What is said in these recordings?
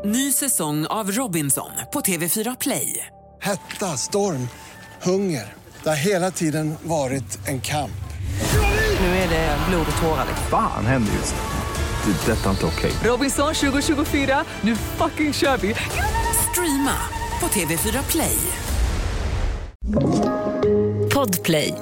Ny säsong av Robinson på TV4 Play. Hetta, storm, hunger. Det har hela tiden varit en kamp. Nu är det blod och tårar. Fan händer just nu. Det. Detta är inte okej. Robinson 2024, nu fucking kör vi. Streama på TV4 Play. Podplay.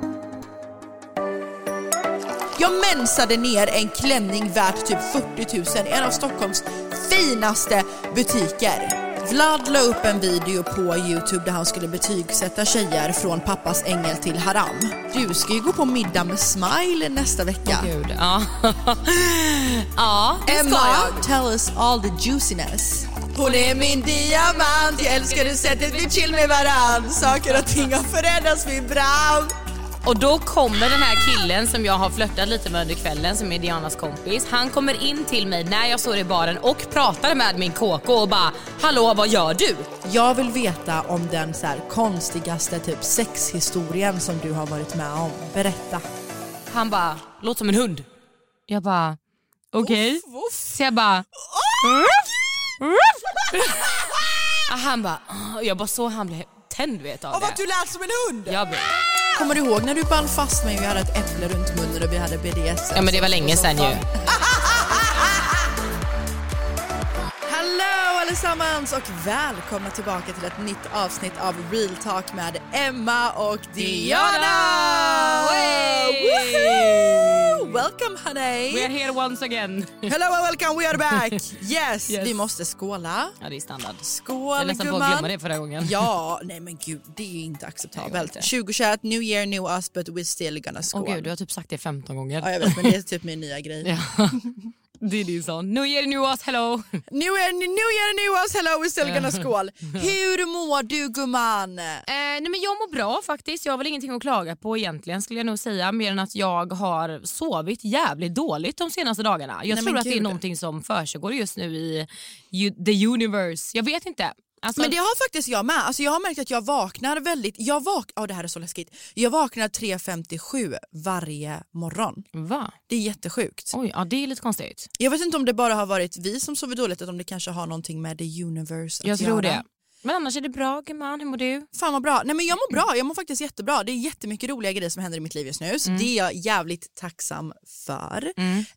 Jag mensade ner en klänning värt typ 40 000 i en av Stockholms finaste butiker. Vlad la upp en video på YouTube där han skulle betygsätta tjejer från pappas ängel till haram. Du ska ju gå på middag med Smile nästa vecka. Gud, ja. Ja, det ska Emma, jag. tell us all the juiciness. Hon är min diamant, jag älskar det sättet vi chill med varann. Saker och ting har förändrats vid brand. Och då kommer den här killen som jag har flörtat lite med under kvällen, som är Dianas kompis. Han kommer in till mig när jag står i baren och pratar med min KK och bara: hallå, vad gör du? Jag vill veta om den så här konstigaste typ sexhistorien som du har varit med om. Berätta. Han bara: låt som en hund. Jag bara: okej. Så jag bara: han bara, jag bara så han blev tänd, vet av det. Och vad du lät som en hund. Jag blev... Kommer du ihåg när du band fast mig och vi hade ett äpple runt munnen och vi hade BDS? Ja, men det var länge sedan ju. Hallå allesammans och välkomna tillbaka till ett nytt avsnitt av Real Talk med Emma och Diana! Welcome honey! We are here once again. Hello and welcome, we are back! Yes, vi måste skåla. Ja, det är standard. Skål, jag nästan på att glömma det förra gången. Ja, nej men gud, det är ju inte acceptabelt. Nej, 2021, new year, new us, but we're still gonna skål. Åh gud, du har typ sagt det 15 gånger. Ja, jag vet, men det är typ min nya grej. Ja. Det är din sån. New year, new us, hello. New year, new us, hello, we're still gonna skål. Hur mår du, gumman? Nej, men jag mår bra faktiskt. Jag har väl ingenting att klaga på egentligen, skulle jag nog säga. Mer än att jag har sovit jävligt dåligt de senaste dagarna. Jag tror att det är någonting som försiggår just nu i the universe. Jag vet inte. Alltså... Men det har faktiskt jag med. Alltså jag har märkt att jag vaknar väldigt... det här är så läskigt. Jag vaknar 3:57 varje morgon. Va? Det är jättesjukt. Oj, ja, det är lite konstigt. Jag vet inte om det bara har varit vi som sover dåligt, eller om det kanske har någonting med the universe att jag tror göra. det. Men annars är det bra, gumman. Hur mår du? Fan vad bra. Nej men jag mår bra. Jag mår faktiskt jättebra. Det är jättemycket roliga grejer som händer i mitt liv just nu. Så det är jag jävligt tacksam för.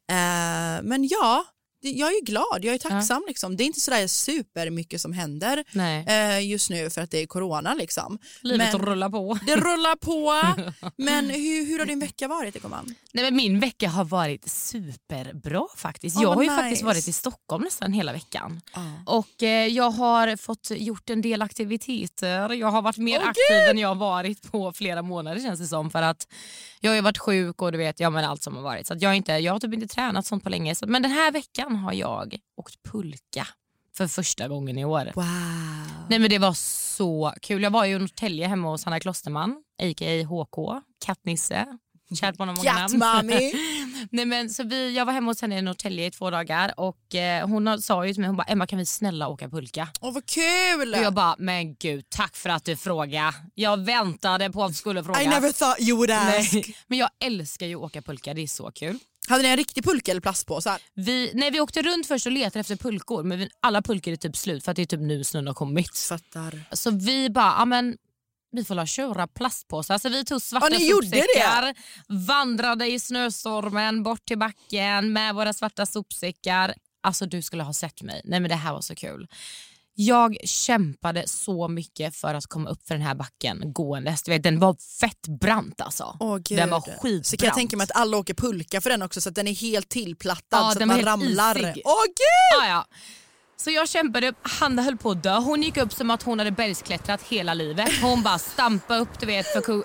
Men ja... Jag är glad, jag är tacksam liksom. Det är inte sådär super mycket som händer just nu för att det är corona liksom. Livet rullar på. Det rullar på. Men hur har din vecka varit, gumman? Nej, men min vecka har varit superbra faktiskt. Jag har ju faktiskt varit i Stockholm nästan hela veckan. Och jag har fått gjort en del aktiviteter. Jag har varit mer aktiv än jag har varit på flera månader, känns det som. För att jag har ju varit sjuk och du vet, men allt som har varit. Så att jag har typ inte tränat sånt på länge. Men den här veckan har jag åkt pulka för första gången i år. Wow. Nej, men det var så kul. Jag var ju i Norrtälje hemma hos Hanna Klosterman, a.k.a. HK, Kattnisse. Kärt på många namn. Nej, men så jag var hemma hos henne i Norrtälje i 2 dagar och hon sa ju till mig, hon bara: Emma, kan vi snälla åka pulka? Åh, vad kul! Och jag bara: men gud, tack för att du frågar. Jag väntade på att du skulle fråga. I never thought you would ask. Nej, men jag älskar ju att åka pulka, det är så kul. Hade ni en riktig pulka eller plastpåsar? Vi åkte runt först och letade efter pulkor, men alla pulkor är typ slut för att det är typ nu snön har kommit. Fattar. Så vi bara, vi får köra plastpåsar. Så vi tog svarta sopsäckar, vandrade i snöstormen bort till backen med våra svarta sopsäckar. Alltså du skulle ha sett mig. Nej, men det här var så kul. Jag kämpade så mycket för att komma upp för den här backen gåendes. Du vet, den var fett brant alltså. Den var skitbrant. Så kan jag tänka mig att alla åker pulka för den också, så att den är helt tillplattad så att man ramlar. Isig. Åh gud! Ja. Så jag kämpade, Hanna höll på att dö. Hon gick upp som att hon hade bergsklättrat hela livet. Hon bara stampade upp, du vet,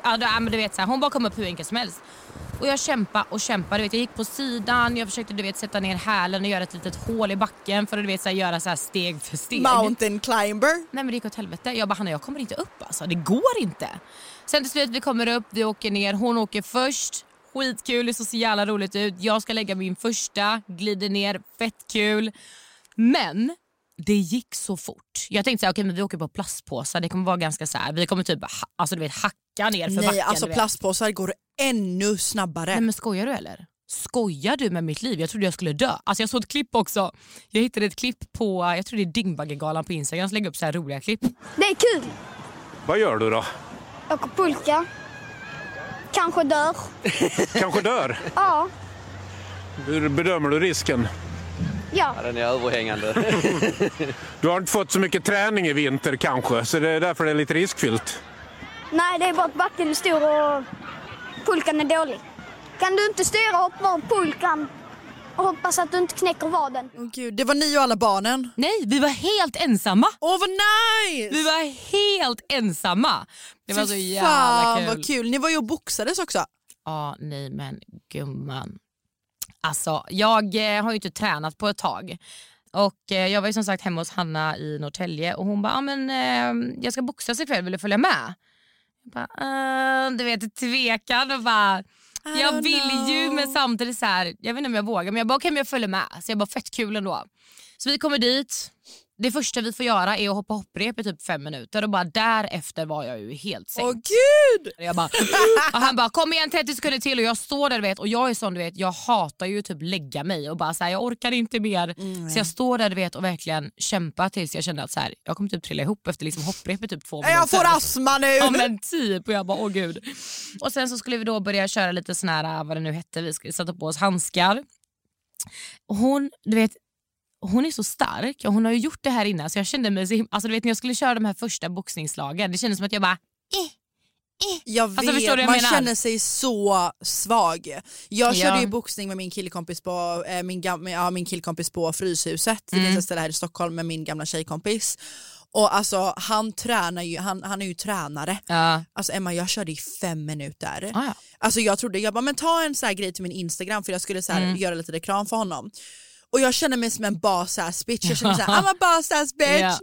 hon bara kom upp hur enkelt som helst. Och jag kämpade och kämpade, du vet, jag gick på sidan, jag försökte, du vet, sätta ner hälen och göra ett litet hål i backen för att, du vet, så här, göra så här steg för steg. Mountain climber. Nej, men det gick åt helvete. Jag bara: Hanna, jag kommer inte upp alltså, det går inte. Sen till slut, vi kommer upp, vi åker ner, hon åker först. Skitkul, det såg så jävla roligt ut. Jag ska lägga min första, glider ner, fett kul. Men det gick så fort. Jag tänkte så här, okej, men vi åker på plastpåsar. Det kommer vara ganska så här, vi kommer typ hacka ner för backen. Nej, alltså plastpåsar går ännu snabbare. Nej, men skojar du eller? skojar du med mitt liv? Jag trodde jag skulle dö. Alltså jag såg ett klipp också. Jag hittade ett klipp på, jag tror det är Dyngbaggegalan på Instagram som lägger upp så här roliga klipp. Det är kul. Vad gör du då? Åker pulka. Kanske dör. Kanske dör? Ja. Hur bedömer du risken? Ja. Den är överhängande. Du har inte fått så mycket träning i vinter kanske, så det är därför det är lite riskfyllt. Nej, det är bara att backen är stor och pulkan är dålig. Kan du inte styra och hoppa av pulkan och hoppas att du inte knäcker vaden? Gud, det var ni och alla barnen. Nej, vi var helt ensamma. Åh, vad nice! Vi var helt ensamma. Det var så jävla fan, kul. vad kul. Ni var ju och boxades också. Ja, nej men gumman. Alltså, jag har ju inte tränat på ett tag. Och jag var ju som sagt hemma hos Hanna i Norrtälje. Och hon bara, jag ska boxas ikväll, vill du följa med? Jag bara, du vet, tvekan och bara... Jag vill ju, men samtidigt så här, jag vet inte om jag vågar, men jag bara, okej, men jag följer med. Så jag bara, fett kul ändå. Så vi kommer dit. Det första vi får göra är att hoppa hopprep i typ 5 minuter. Och bara därefter var jag ju helt sänkt. Åh gud! Jag bara, och han bara, kom igen 30 sekunder till. Och jag står där, vet, och jag är sån, du vet, jag hatar ju typ lägga mig. Och bara så här, jag orkar inte mer. Så jag står där, du vet, och verkligen kämpar tills jag kände att så här, jag kommer typ trilla ihop efter liksom hopprep i typ 2 minuter. Jag får astma nu! Ja men typ, och jag bara, åh gud. Och sen så skulle vi då börja köra lite sån här, vad det nu hette, vi skulle sätta på oss handskar. Och hon, du vet, hon är så stark och hon har ju gjort det här innan, så jag kände mig så, alltså du vet, när jag skulle köra de här första boxningslagen, det kändes som att jag bara Jag vet, alltså, förstår du man känner sig så svag. Jag körde ju boxning med min killkompis på min killkompis på Fryshuset. Det finns ett ställe här i Stockholm med min gamla tjejkompis. Och alltså han tränar ju, han är ju tränare. Alltså Emma, jag körde i 5 minuter. Alltså jag bara, men ta en så här grej till min Instagram, för jag skulle så här göra lite reklam för honom. Och jag känner mig som en boss-ass bitch. Jag känner såhär, I'm a boss-ass bitch,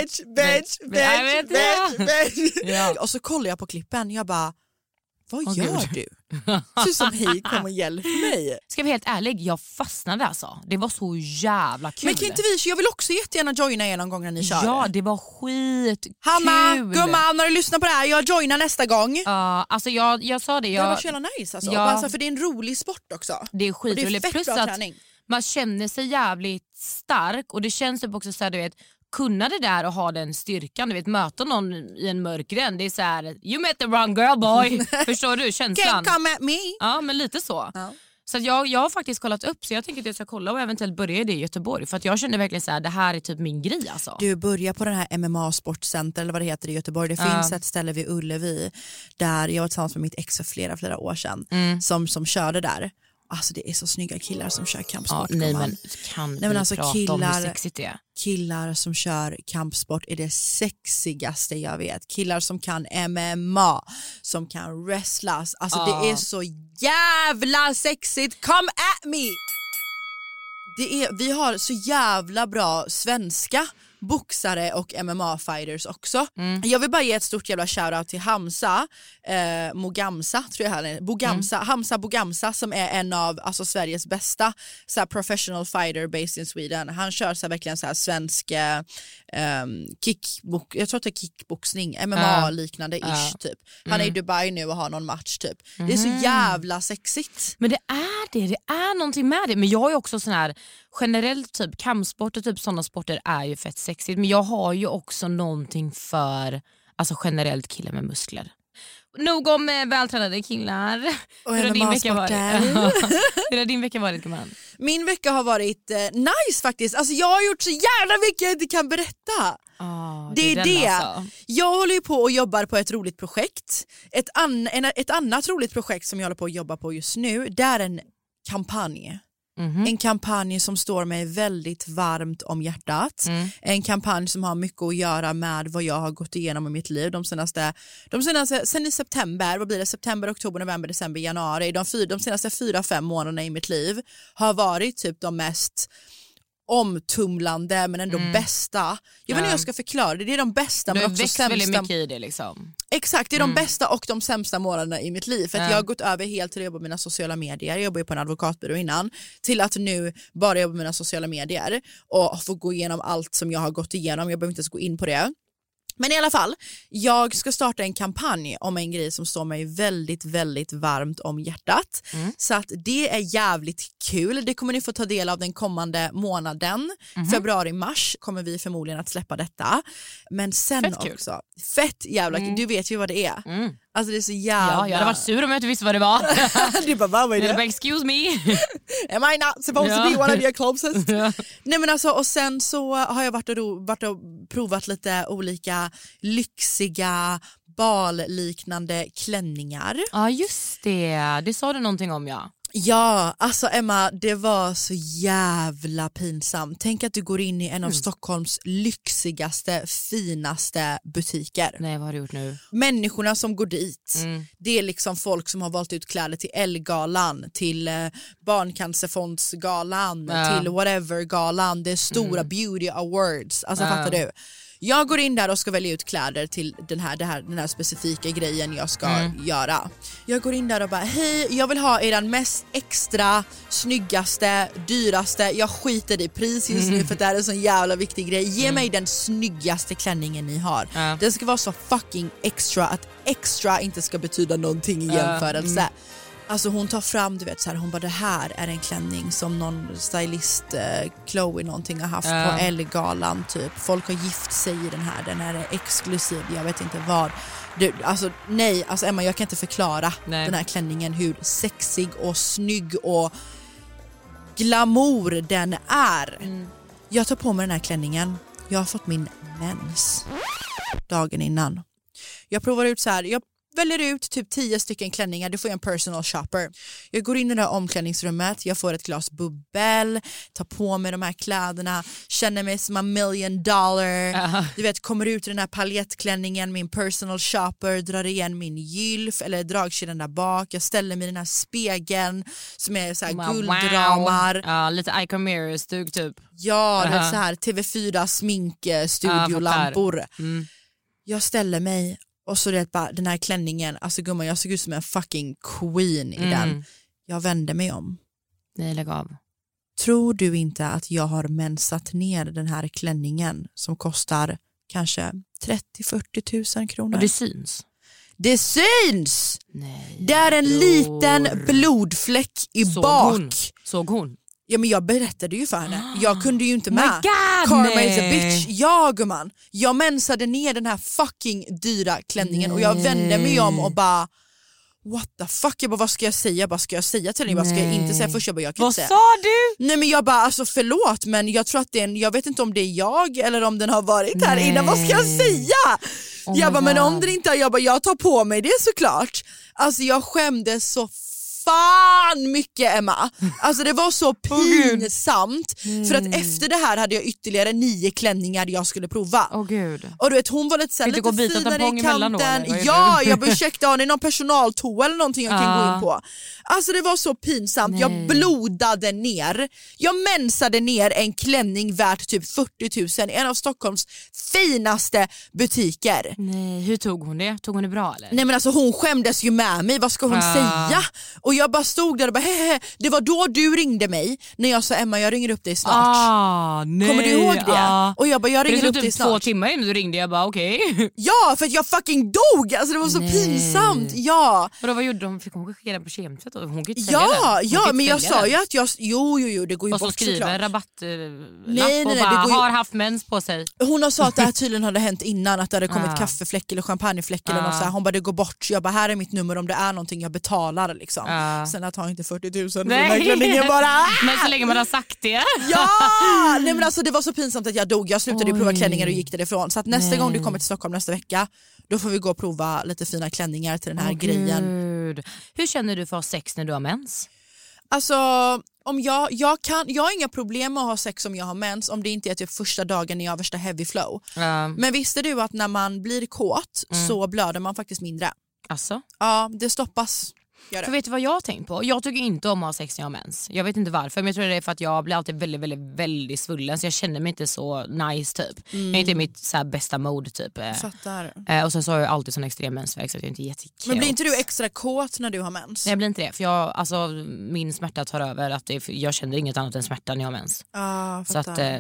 bitch. Och så kollar jag på klippen, jag bara, vad gör du? Så som hej, kom och hjälp mig. Ska vi vara helt ärlig, jag fastnade alltså. Det var så jävla kul. Men kan inte vi, jag vill också jättegärna joina er någon gång när ni kör. Ja, det var skitkul. Hanna, gumman, när du lyssnar på det här, jag joinar nästa gång. Alltså jag sa det. Det var så jävla nice alltså. Alltså, för det är en rolig sport också. Det är skitroligt. Och det är fett bra träning. Man känner sig jävligt stark, och det känns typ också så här, du vet, kunna det där och ha den styrkan, du vet, möta någon i en mörk gränd, det är så här, you met the wrong girl boy. Förstår du känslan? Can't come at me. Ja, men lite så. Så att jag har faktiskt kollat upp, så jag tänker att jag ska kolla och eventuellt börja det i Göteborg, för att jag känner verkligen så här, det här är typ min grej alltså. Du börjar på den här MMA sportcenter eller vad det heter i Göteborg. Det finns ett ställe vid Ullevi där jag var tillsammans med mitt ex för flera år sedan som körde där. Alltså det är så snygga killar som kör kampsport. Nej men kan vi alltså prata om hur sexigt det är? Killar som kör kampsport är det sexigaste jag vet. Killar som kan MMA, som kan wrestlas. Alltså det är så jävla sexigt. Come at me! Vi har så jävla bra svenska boxare och MMA-fighters också. Jag vill bara ge ett stort jävla shoutout till Hamza Mogamsa, tror jag här. Hamza Bogamsa, som är en av alltså Sveriges bästa så här, professional fighter based in Sweden. Han kör så här, verkligen så här svensk jag tror att det är kickboxning, MMA-liknande ish typ. Han är i Dubai nu och har någon match typ. Det är så jävla sexigt. Men det är någonting med det. Men jag är också sån här, generellt typ kampsport och typ sådana sporter är ju fett sexigt. Men jag har ju också någonting för alltså generellt killar med muskler. Nog om vältränade killar. Och hur har din vecka varit, gumman? Min vecka har varit nice faktiskt. Alltså jag har gjort så jävla mycket jag inte kan berätta. Det är det. Alltså. Jag håller ju på och jobbar på ett roligt projekt. Ett annat roligt projekt som jag håller på att jobba på just nu, det är en kampanj. En kampanj som står mig väldigt varmt om hjärtat. En kampanj som har mycket att göra med vad jag har gått igenom i mitt liv de senaste sen i september, vad blir det? September, oktober, november, december, januari. De senaste 4-5 månaderna i mitt liv har varit typ de mest omtumlande men ändå bästa. Jag vet inte hur jag ska förklara det. Det är de bästa men också sämsta. Du väldigt mycket i det liksom. Exakt, det är de bästa och de sämsta månaderna i mitt liv. För att jag har gått över helt till att jobba med mina sociala medier. Jag jobbade ju på en advokatbyrå innan. Till att nu bara jobba med mina sociala medier. Och få gå igenom allt som jag har gått igenom. Jag behöver inte ens gå in på det. Men i alla fall, jag ska starta en kampanj om en grej som står mig väldigt, väldigt varmt om hjärtat. Så att det är jävligt kul. Det kommer ni få ta del av den kommande månaden. Februari-mars kommer vi förmodligen att släppa detta. Men sen fett också, kul. Fett jävla kul. Du vet ju vad det är. Alltså det är så jävla... Ja, jag hade varit sur om jag inte visste vad det var. Du bara, vad är det? Bara, excuse me. Am I not supposed to be one of your closest? Nej men alltså, och sen så har jag varit och provat lite olika lyxiga balliknande klänningar. Ja just det, det sa du någonting om ja. Ja, alltså Emma, det var så jävla pinsamt. Tänk att du går in i en av Stockholms lyxigaste, finaste butiker. Nej, vad har du gjort nu? Människorna som går dit, det är liksom folk som har valt ut kläder till Ellegalan, till Barncancerfondsgalan, till whatever-galan. Det är stora beauty awards, alltså fattar du? Jag går in där och ska välja ut kläder till den här specifika grejen jag ska göra. Jag går in där och bara, hej, jag vill ha eran mest extra, snyggaste, dyraste. Jag skiter i pris just nu för det här är en sån jävla viktig grej. Ge mig den snyggaste klänningen ni har. Den ska vara så fucking extra att extra inte ska betyda någonting i jämförelse. Alltså hon tar fram, du vet så här, hon bara, det här är en klänning som någon stylist, Chloe någonting har haft på Ellegalan typ. Folk har gift sig i den är exklusiv, jag vet inte vad. Alltså Emma, jag kan inte förklara den här klänningen, hur sexig och snygg och glamour den är. Jag tar på mig den här klänningen. Jag har fått min mens dagen innan. Jag provar ut så här, jag väljer ut typ 10 stycken klänningar. Du får en personal shopper. Jag går in i det här omklädningsrummet. Jag får ett glas bubbel. Tar på mig de här kläderna. Känner mig som $1 million. Du vet, kommer ut i den här paljettklänningen. Min personal shopper. Drar igen min gylf. Eller dragkedjan där bak. Jag ställer mig i den här spegeln. Som är så här guldramar. Ja, lite Icon Mirror-stug typ. Ja, det är så här TV4 smink-studiolampor. Jag ställer mig. Och så det bara, den här klänningen, alltså gumman, jag såg ut som en fucking queen i den. Jag vände mig om. Nej, lägg av. Tror du inte att jag har mensat ner den här klänningen som kostar kanske 30-40 000 kronor? Och det syns? Det syns! Nej, det är en liten blodfläck i bak. Såg hon? Ja, men jag berättade ju för henne. Jag kunde ju inte med. Karma is a bitch. Ja, gumman. Jag mensade ner den här fucking dyra klänningen. Och jag vände mig om och bara, what the fuck? Jag bara, vad ska jag säga? Ska jag säga till henne? Vad ska jag inte säga? Först jag bara, jag kan inte säga. Vad sa du? Nej, men jag bara, alltså förlåt, men jag tror att det är jag vet inte om det är jag eller om den har varit här innan. Vad ska jag säga? Jag bara, men om den inte har, jag tar på mig det såklart. Alltså jag skämdes så fan mycket, Emma. Alltså det var så pinsamt. För att efter det här hade jag ytterligare 9 klänningar jag skulle prova. Gud. Och du vet, hon var lite finare i kanten. Ja, jag bara, ursäkta, har ni någon personaltoa eller någonting jag kan gå in på? Alltså det var så pinsamt. Nej. Jag blodade ner. Jag mensade ner en klänning värt typ 40 000 i en av Stockholms finaste butiker. Nej, hur tog hon det? Tog hon det bra eller? Nej, men alltså hon skämdes ju med mig. Vad ska hon säga? Och jag bara stod där och bara hehehe. Det var då du ringde mig när jag sa, Emma, jag ringer upp dig snart. Nej. Kommer du ihåg det? Och jag bara, jag ringer upp dig snart. 2 timmar innan du ringde, jag bara okej. Ja, för att jag fucking dog. Alltså det var så pinsamt. Ja. Och då, vad gjorde de? Fick hon skicka den på kemtvätt? Hon kan inte ja, men jag sa ju att jo, det går ju och bort så skriver såklart. Rabattlapp och bara, har haft mens på sig. Hon har sagt att det här tydligen hade hänt innan, att det hade kommit kaffefläck eller champagnefläck eller något så här. Hon bara, det går bort. Jag bara, här är mitt nummer om det är någonting jag betalar liksom. Sen att ha inte 40 000 för den här klänningen bara. Men så länge man har sagt det. Ja! Nej, men alltså det var så pinsamt att jag dog. Jag slutade prova klänningar och gick därifrån. Så att nästa gång du kommer till Stockholm nästa vecka, då får vi gå och prova lite fina klänningar till den här grejen. Gud. Hur känner du för att ha sex när du har mens? Alltså om jag har inga problem med att ha sex om jag har mens, om det inte är typ första dagen när jag har värsta heavy flow. Men visste du att när man blir kåt så blöder man faktiskt mindre? Alltså? Ja, det stoppas. För vet du vad jag har tänkt på? Jag tycker inte om att ha sex när jag har mens. Jag vet inte varför, men jag tror det är för att jag blir alltid väldigt, väldigt, väldigt svullen. Så jag känner mig inte så nice typ. Jag är inte i mitt så här bästa mode typ. Fattar. Och sen så har jag alltid sån extrem mensvärk så att jag inte är jättekul. Men blir inte du extra kåt när du har mens? Nej, jag blir inte det. För min smärta tar över. Jag känner inget annat än smärta när jag har mens. Fattar. Så att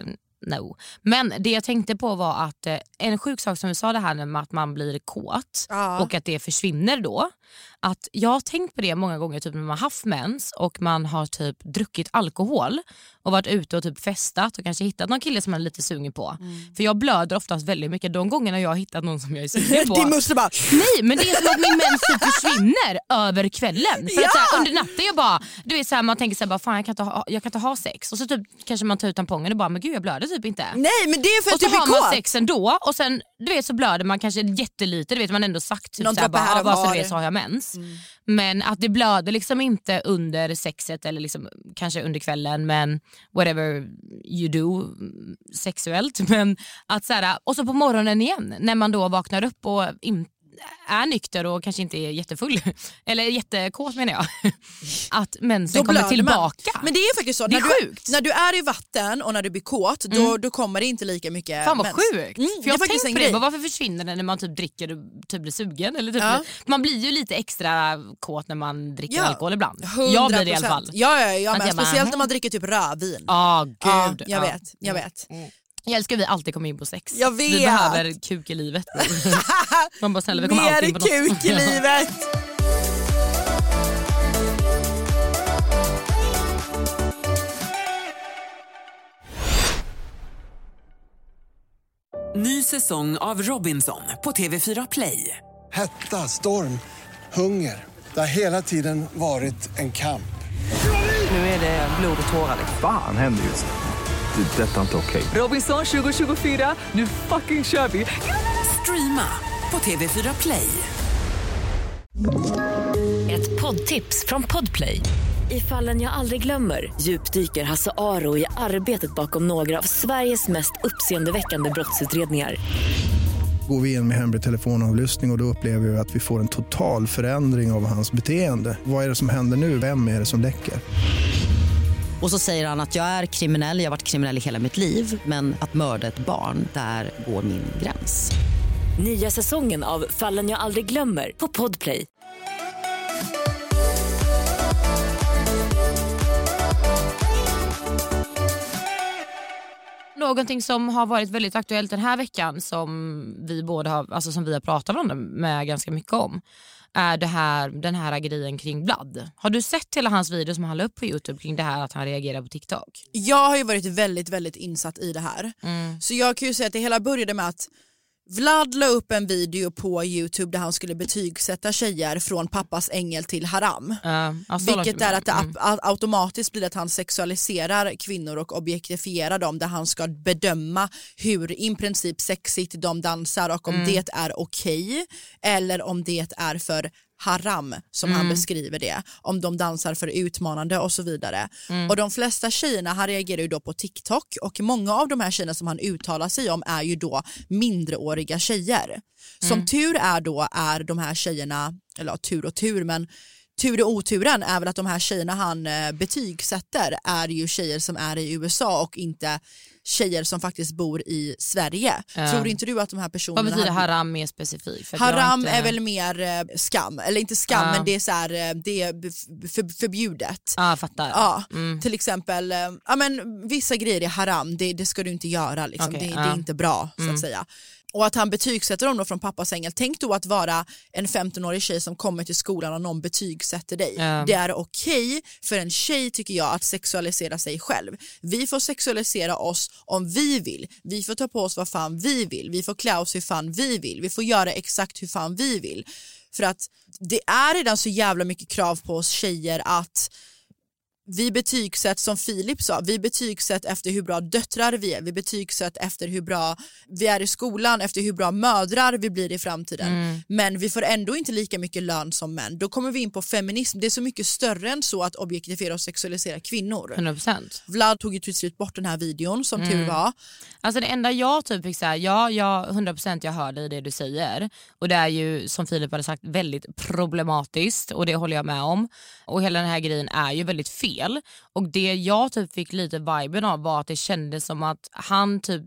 no. Men det jag tänkte på var att en sjuk sak som vi sa det här med att man blir kåt och att det försvinner då. Att jag har tänkt på det många gånger typ när man har haft mens och man har typ druckit alkohol och varit ute och typ festat och kanske hittat någon kille som man är lite sugen på. För jag blöder oftast väldigt mycket de gångerna jag har hittat någon som jag är sugen på. Det måste bara... Nej, men det är som att min mens typ försvinner över kvällen. För att så här, under natten jag bara, du vet så här, man tänker så här, bara, fan jag kan inte ha sex. Och så typ kanske man tar ut tampongen och bara, men gud jag blöder typ inte. Nej, men det är för att du blir kåt. Och så har man sex ändå och sen du vet så blöder man kanske jättelite, du vet man ändå sagt typ så här, bara så du vet så har jag mens. Men att det blöder liksom inte under sexet eller liksom kanske under kvällen, men whatever you do sexuellt, men att så här, och så på morgonen igen när man då vaknar upp och är nykter och kanske inte är jättefull eller jättekåt menar jag, att mensen kommer tillbaka. Men det är faktiskt så, det är sjukt. När du är i vatten och när du blir kåt då kommer det inte lika mycket. Fan vad sjukt. För jag tänkte på det, varför försvinner det när man typ dricker och typ blir sugen eller typ man blir ju lite extra kåt när man dricker alkohol ibland. 100%. Jag blir det i alla fall. Ja, men speciellt när man dricker typ rödvin. Gud. Jag vet. Jag älskar vi alltid kommer in på sex. Jag vet. Vi behöver kuk i livet. Man bara snälla, vi kommer alltid in på något. Mer kuk i livet. Ny säsong av Robinson på TV4 Play. Hetta, storm, hunger. Det har hela tiden varit en kamp. Nu är det blod och tårar. Fan händer just det. Det är detta inte okej. Robinson 2024, nu fucking kör vi. Streama på TV4 Play. Ett poddtips från Podplay. I Fallen jag aldrig glömmer djupdyker Hasse Aro i arbetet bakom några av Sveriges mest uppseendeväckande brottsutredningar. Går vi in med hemlig telefonavlyssning och då upplever vi att vi får en total förändring av hans beteende. Vad är det som händer nu? Vem är det som läcker? Och så säger han att jag är kriminell, jag har varit kriminell i hela mitt liv. Men att mörda ett barn, där går min gräns. Nya säsongen av Fallen jag aldrig glömmer på Podplay. Någonting som har varit väldigt aktuellt den här veckan som vi båda har, alltså som vi har pratat varandra med ganska mycket om, är den här grejen kring Blood. Har du sett hela hans video som han la upp på YouTube kring det här att han reagerar på TikTok? Jag har ju varit väldigt, väldigt insatt i det här. Så jag kan ju säga att det hela började med att Vlad la upp en video på YouTube där han skulle betygsätta tjejer från pappas ängel till haram. Vilket är att det automatiskt blir att han sexualiserar kvinnor och objektifierar dem, där han ska bedöma hur i princip sexigt de dansar och om det är okej eller om det är för haram som han beskriver det, om de dansar för utmanande och så vidare. Och de flesta tjejerna, han reagerar ju då på TikTok, och många av de här tjejerna som han uttalar sig om är ju då mindreåriga tjejer. Som tur är då är de här tjejerna, eller tur, men tur och oturen är väl att de här tjejerna han betygsätter är ju tjejer som är i USA och inte tjejer som faktiskt bor i Sverige. Tror inte du att de här personerna... Vad betyder haram mer specifikt? För haram är väl mer skam, eller inte skam, men det är så här, det är förbjudet. Fattar. Ja, till exempel vissa grejer är haram, det ska du inte göra liksom. Det är inte bra så att säga. Och att han betygsätter dem då från pappas ängel. Tänk då att vara en 15-årig tjej som kommer till skolan och någon betygsätter dig. Det är okej för en tjej, tycker jag, att sexualisera sig själv. Vi får sexualisera oss om vi vill. Vi får ta på oss vad fan vi vill. Vi får klä oss hur fan vi vill. Vi får göra exakt hur fan vi vill. För att det är redan så jävla mycket krav på oss tjejer att vi betygsätt, som Filip sa, vi betygsätt efter hur bra döttrar vi är. Vi betygsätt efter hur bra vi är i skolan, efter hur bra mödrar vi blir i framtiden. Men vi får ändå inte lika mycket lön som män. Då kommer vi in på feminism. Det är så mycket större än så att objektifiera och sexualisera kvinnor. 100%. Vlad tog ju till slut bort den här videon, som tur var. Alltså det enda jag typ fick säga, 100% jag hör dig det du säger. Och det är ju, som Filip hade sagt, väldigt problematiskt. Och det håller jag med om. Och hela den här grejen är ju väldigt fel. Och det jag typ fick lite viben av var att det kändes som att han typ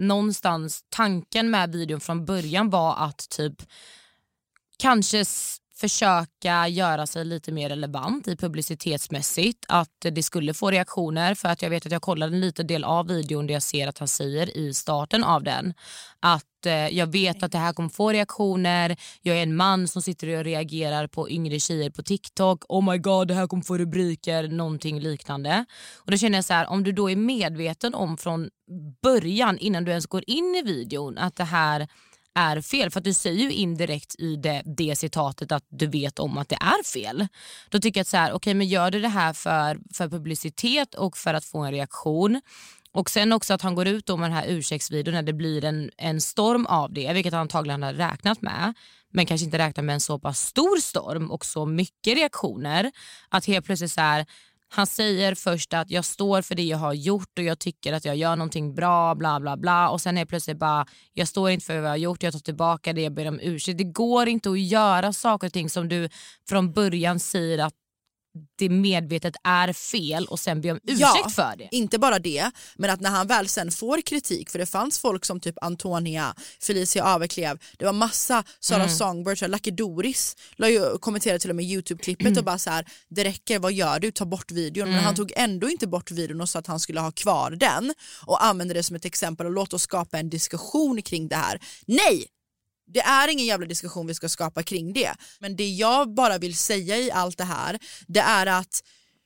någonstans, tanken med videon från början var att typ kanske försöka göra sig lite mer relevant i publicitetsmässigt, att det skulle få reaktioner, för att jag vet att jag kollade en liten del av videon där jag ser att han säger i starten av den att jag vet att det här kommer få reaktioner, jag är en man som sitter och reagerar på yngre tjejer på TikTok, oh my god det här kommer få rubriker, någonting liknande. Och då känner jag så här, om du då är medveten om från början innan du ens går in i videon att det här är fel, för att du säger ju indirekt i det citatet att du vet om att det är fel. Då tycker jag att så här, okej, men gör du det här för publicitet och för att få en reaktion. Och sen också att han går ut med den här ursäktsvideon när det blir en storm av det, vilket han antagligen har räknat med, men kanske inte räknat med en så pass stor storm och så mycket reaktioner, att helt plötsligt så här, han säger först att jag står för det jag har gjort och jag tycker att jag gör någonting bra, bla bla bla, och sen är plötsligt bara, jag står inte för vad jag har gjort, jag tar tillbaka det, jag ber om ursäkt. Det går inte att göra saker och ting som du från början säger att det medvetet är fel och sen be om ursäkt för det. Inte bara det, men att när han väl sen får kritik, för det fanns folk som typ Antonia, Felicia Aveklev, det var massa Sara Songbird, Lucky Doris kommenterade till och med YouTube-klippet och bara så här, det räcker, vad gör du? Ta bort videon. Men han tog ändå inte bort videon och sa att han skulle ha kvar den och använde det som ett exempel och låt oss skapa en diskussion kring det här. Nej! Det är ingen jävla diskussion vi ska skapa kring det. Men det jag bara vill säga i allt det här, det är att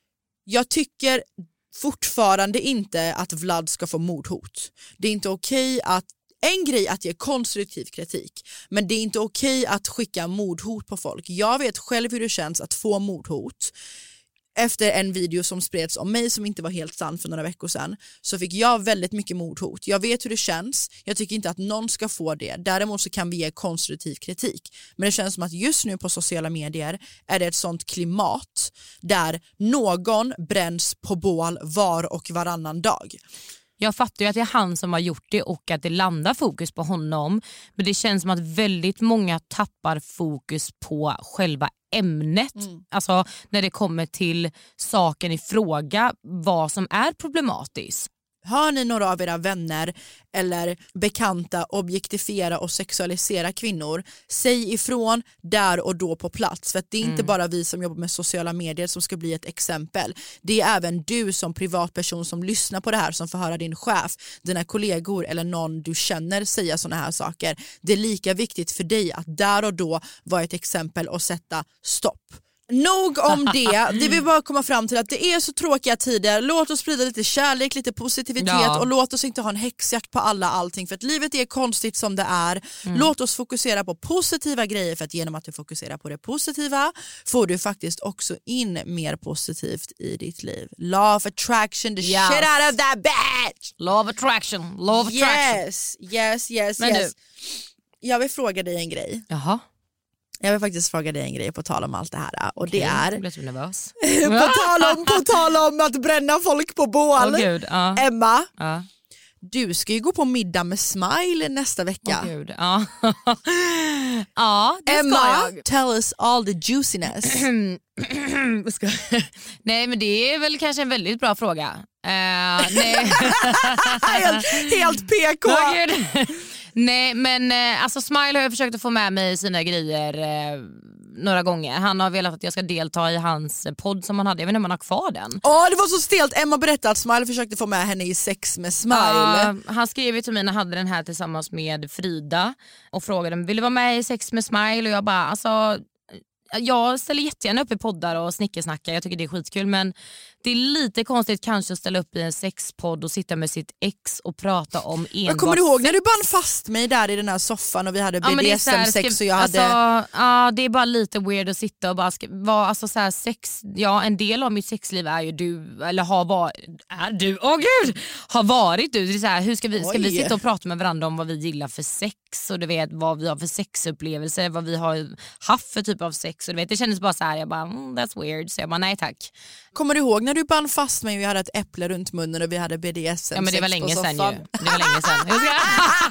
jag tycker fortfarande inte att Vlad ska få mordhot. Det är inte okej att, en grej att ge konstruktiv kritik, men det är inte okej att skicka mordhot på folk. Jag vet själv hur det känns att få mordhot. Efter en video som spreds om mig som inte var helt sann för några veckor sedan, så fick jag väldigt mycket mordhot. Jag vet hur det känns. Jag tycker inte att någon ska få det. Däremot så kan vi ge konstruktiv kritik. Men det känns som att just nu på sociala medier är det ett sånt klimat där någon bränns på bål var och varannan dag. Jag fattar ju att det är han som har gjort det och att det landar fokus på honom. Men det känns som att väldigt många tappar fokus på själva ämnet. Alltså när det kommer till saken i fråga, vad som är problematiskt. Hör ni några av era vänner eller bekanta objektifiera och sexualisera kvinnor, säg ifrån där och då på plats. För att det är inte bara vi som jobbar med sociala medier som ska bli ett exempel. Det är även du som privatperson som lyssnar på det här, som får höra din chef, dina kollegor eller någon du känner säga såna här saker. Det är lika viktigt för dig att där och då vara ett exempel och sätta stopp. Nog om det. Det vill bara komma fram till att det är så tråkiga tider. Låt oss sprida lite kärlek, lite positivitet och låt oss inte ha en häxjakt på allting, för att livet är konstigt som det är. Låt oss fokusera på positiva grejer, för att genom att du fokuserar på det positiva får du faktiskt också in mer positivt i ditt liv. Law of attraction, the shit out of that bitch. Law of attraction, law of attraction. Yes. Men du, jag vill fråga dig en grej. Jaha. Jag vill faktiskt fråga dig en grej på tal om allt det här. Och det är... Jag blir så nervös. på tal om att bränna folk på bål. Gud, Emma, du ska ju gå på middag med Smile nästa vecka. Gud, ja, det Emma, ska jag. tell us all the juiciness. Nej, men det är väl kanske en väldigt bra fråga. Nej. helt PK. Nej, men alltså Smile har jag försökt att få med mig i sina grejer några gånger. Han har velat att jag ska delta i hans podd som han hade. Jag vet inte om han har kvar den. Det var så stelt. Emma berättade att Smile försökte få med henne i Sex med Smile. Han skrev till mig när jag hade den här tillsammans med Frida och frågade om vill du vara med i Sex med Smile, och jag bara alltså... Jag ställer jättegärna upp i poddar och snickesnackar. Jag tycker det är skitkul, men det är lite konstigt kanske att ställa upp i en sexpodd och sitta med sitt ex och prata om enbart. Jag kommer ihåg när du band fast mig där i den här soffan och vi hade BDSM-sex och jag hade... Alltså, det är bara lite weird att sitta och bara vara, alltså så här, sex, en del av mitt sexliv är ju du, eller har varit du. Det är så här, hur ska vi sitta och prata med varandra om vad vi gillar för sex, och du vet vad vi har för sexupplevelser, vad vi har haft för typ av sex, och du vet, det kändes bara så här, jag bara that's weird, så jag bara nej tack. Kommer du ihåg när du band fast mig och vi hade ett äpple runt munnen och vi hade BDSM? Ja, men det var länge sedan ju. Det var länge sedan.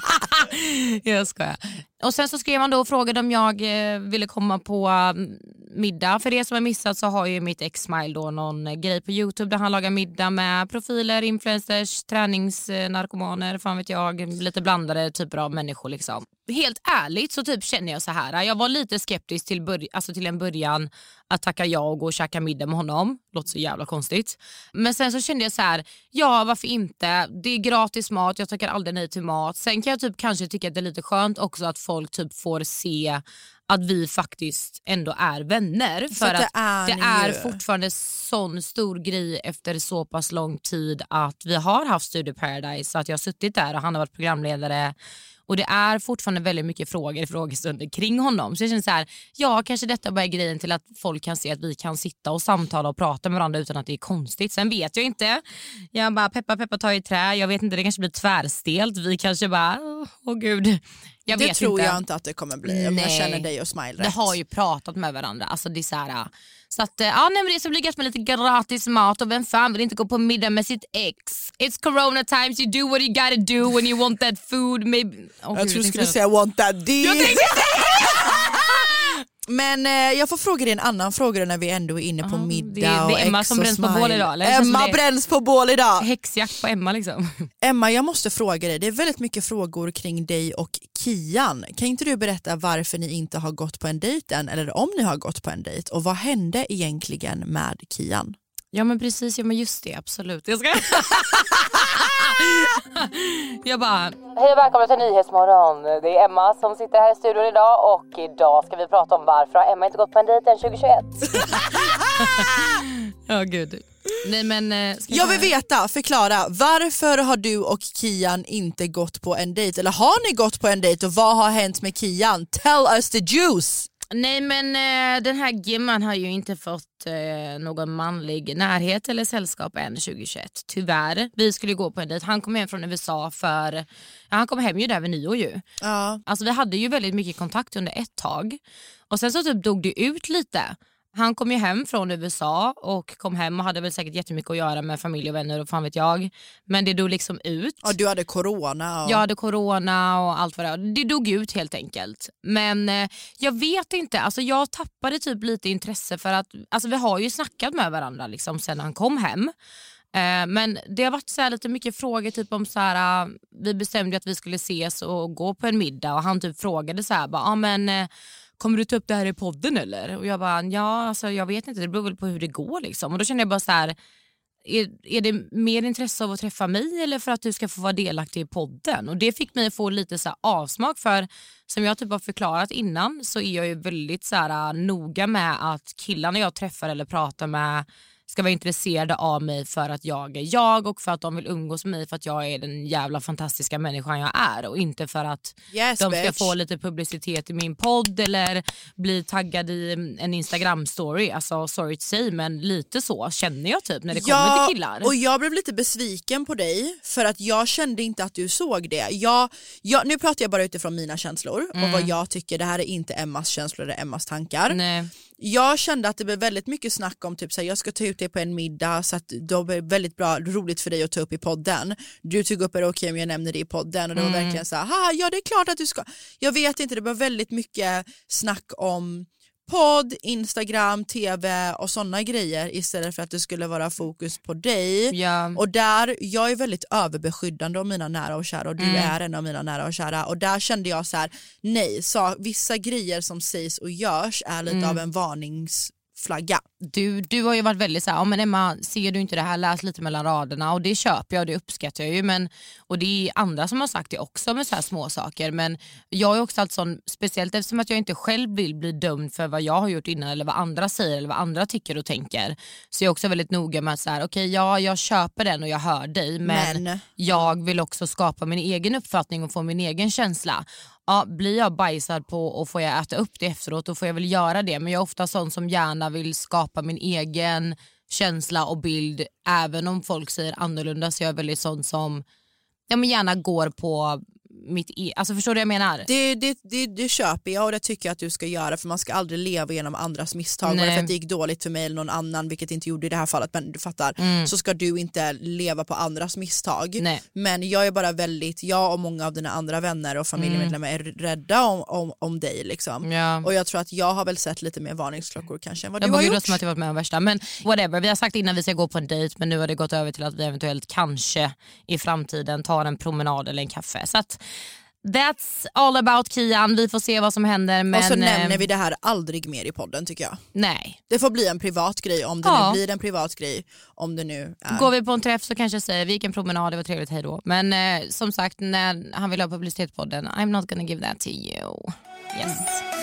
Jag skojar. Och sen så skrev han då och frågade om jag ville komma på middag. För det som har missat så har ju mitt ex Smile då någon grej på YouTube där han lagar middag med profiler, influencers, träningsnarkomaner, fan vet jag, lite blandade typer av människor liksom. Helt ärligt så typ känner jag så här. Jag var lite skeptisk till en början att tacka ja och gå och käka middag med honom. Låter så jävla konstigt. Men sen så kände jag så här, ja varför inte? Det är gratis mat, jag tackar aldrig nej till mat. Sen kan jag typ kanske tycka att det är lite skönt också att folk typ får se att vi faktiskt ändå är vänner. För att det är fortfarande sån stor grej efter så pass lång tid att vi har haft Studio Paradise. Så att jag har suttit där och han har varit programledare. Och det är fortfarande väldigt mycket frågor i frågestunder kring honom. Så jag känner så här, ja kanske detta bara är grejen till att folk kan se att vi kan sitta och samtala och prata med varandra utan att det är konstigt. Sen vet jag inte. Jag bara peppa tar i trä. Jag vet inte, det kanske blir tvärstelt. Vi kanske bara, åh gud. Det tror jag inte att det kommer bli om jag känner dig och Smile rätt. Det har ju pratat med varandra. Alltså det är så här, så att ja, nej, men det så blir gött med lite gratis mat och vem fan vill inte gå på middag med sitt ex? It's corona times, you do what you gotta do when you want that food. Maybe. Jag tror du skulle säga want that deal. Men jag får fråga dig en annan fråga när vi ändå är inne på middag. Det är Emma som bränns på bål idag, eller? Emma bränns på bål idag. Häxjakt på Emma liksom. Emma, jag måste fråga dig. Det är väldigt mycket frågor kring dig och Kian. Kan inte du berätta varför ni inte har gått på en dejt än? Eller om ni har gått på en dejt? Och vad hände egentligen med Kian? Ja men precis, ja men just det, absolut. Jag bara, hej och välkommen till Nyhetsmorgon. Det är Emma som sitter här i studion idag och idag ska vi prata om varför Emma inte gått på en dejt än 2021. Ja gud. Nej men jag vill veta, förklara, varför har du och Kian inte gått på en dejt? Eller har ni gått på en dejt och vad har hänt med Kian? Tell us the juice. Nej men den här Gimman har ju inte fått någon manlig närhet eller sällskap än 2021. Tyvärr. Vi skulle gå på en dejt. Han kom hem från USA han kom hem ju där vid nyår ju. Ja. Alltså vi hade ju väldigt mycket kontakt under ett tag. Och sen så typ dog det ut lite. Han kom ju hem från USA och kom hem och hade väl säkert jättemycket att göra med familj och vänner och fan vet jag. Men det dog liksom ut. Ja, du hade corona. Jag hade corona och allt vad det var. Det dog ut helt enkelt. Men jag vet inte, alltså jag tappade typ lite intresse för att alltså vi har ju snackat med varandra liksom sen han kom hem. Men det har varit så här lite mycket frågor typ om så här, vi bestämde att vi skulle ses och gå på en middag och han typ frågade så här bara, men kommer du ta upp det här i podden eller? Och jag bara, ja alltså jag vet inte, det beror väl på hur det går liksom. Och då kände jag bara så här, är det mer intresse av att träffa mig eller för att du ska få vara delaktig i podden? Och det fick mig att få lite så här avsmak för, som jag typ har förklarat innan så är jag ju väldigt så här noga med att killarna jag träffar eller pratar med ska vara intresserade av mig för att jag är jag och för att de vill umgås med mig för att jag är den jävla fantastiska människan jag är och inte för att de ska få lite publicitet i min podd eller bli taggad i en Instagram-story. Alltså sorry to say, men lite så känner jag typ när det kommer till killar. Och jag blev lite besviken på dig för att jag kände inte att du såg det. Nu pratar jag bara utifrån mina känslor och vad jag tycker. Det här är inte Emmas känslor, det är Emmas tankar. Nej. Jag kände att det blev väldigt mycket snack om typ så här, jag ska ta ut dig på en middag så att det blir väldigt bra, roligt för dig att ta upp i podden. Du tog upp det okej om jag nämner det i podden och det var verkligen så här, ja det är klart att du ska. Jag vet inte, det var väldigt mycket snack om podd, Instagram, tv och sådana grejer istället för att det skulle vara fokus på dig. Ja. Och där, jag är väldigt överbeskyddande av mina nära och kära och du är en av mina nära och kära och där kände jag så här, nej, så vissa grejer som sägs och görs är lite av en varningsflagga. Du har ju varit väldigt så här, ja men Emma, ser du inte det här, läs lite mellan raderna och det köper jag och det uppskattar jag ju, men och det är andra som har sagt det också med så här små saker, men jag är också allt sån, speciellt eftersom att jag inte själv vill bli dömd för vad jag har gjort innan eller vad andra säger eller vad andra tycker och tänker, så jag är också väldigt noga med att så här, okej, ja, jag köper den och jag hör dig, men jag vill också skapa min egen uppfattning och få min egen känsla. Ja, blir jag bajsad på och får jag äta upp det efteråt, då får jag väl göra det. Men jag är ofta sån som gärna vill skapa min egen känsla och bild även om folk säger annorlunda. Så jag är väldigt sån som gärna går på alltså förstår du vad jag menar? Det köper jag och det tycker jag att du ska göra, för man ska aldrig leva genom andras misstag. Nej. Och för att det gick dåligt för mig eller någon annan, vilket inte gjorde i det här fallet, men du fattar, så ska du inte leva på andras misstag. Nej. Men jag är bara jag och många av dina andra vänner och familjemedlemmar är rädda om dig liksom. Ja. Och jag tror att jag har väl sett lite mer varningsklockor kanske än vad jag du har gjort. som att jag varit med om värsta. Men whatever, vi har sagt innan vi ska gå på en dejt, men nu har det gått över till att vi eventuellt kanske i framtiden tar en promenad eller en kaffe. Så att that's all about Kian. Vi får se vad som händer. Men, och så nämner vi det här aldrig mer i podden tycker jag. Nej. Det får bli en privat grej om det nu blir en privat grej. Om det nu är. Går vi på en träff så kanske jag säger vi gick en promenad, det var trevligt, hej då. Men som sagt, när han vill ha publicitet på podden, I'm not gonna give that to you. Yes.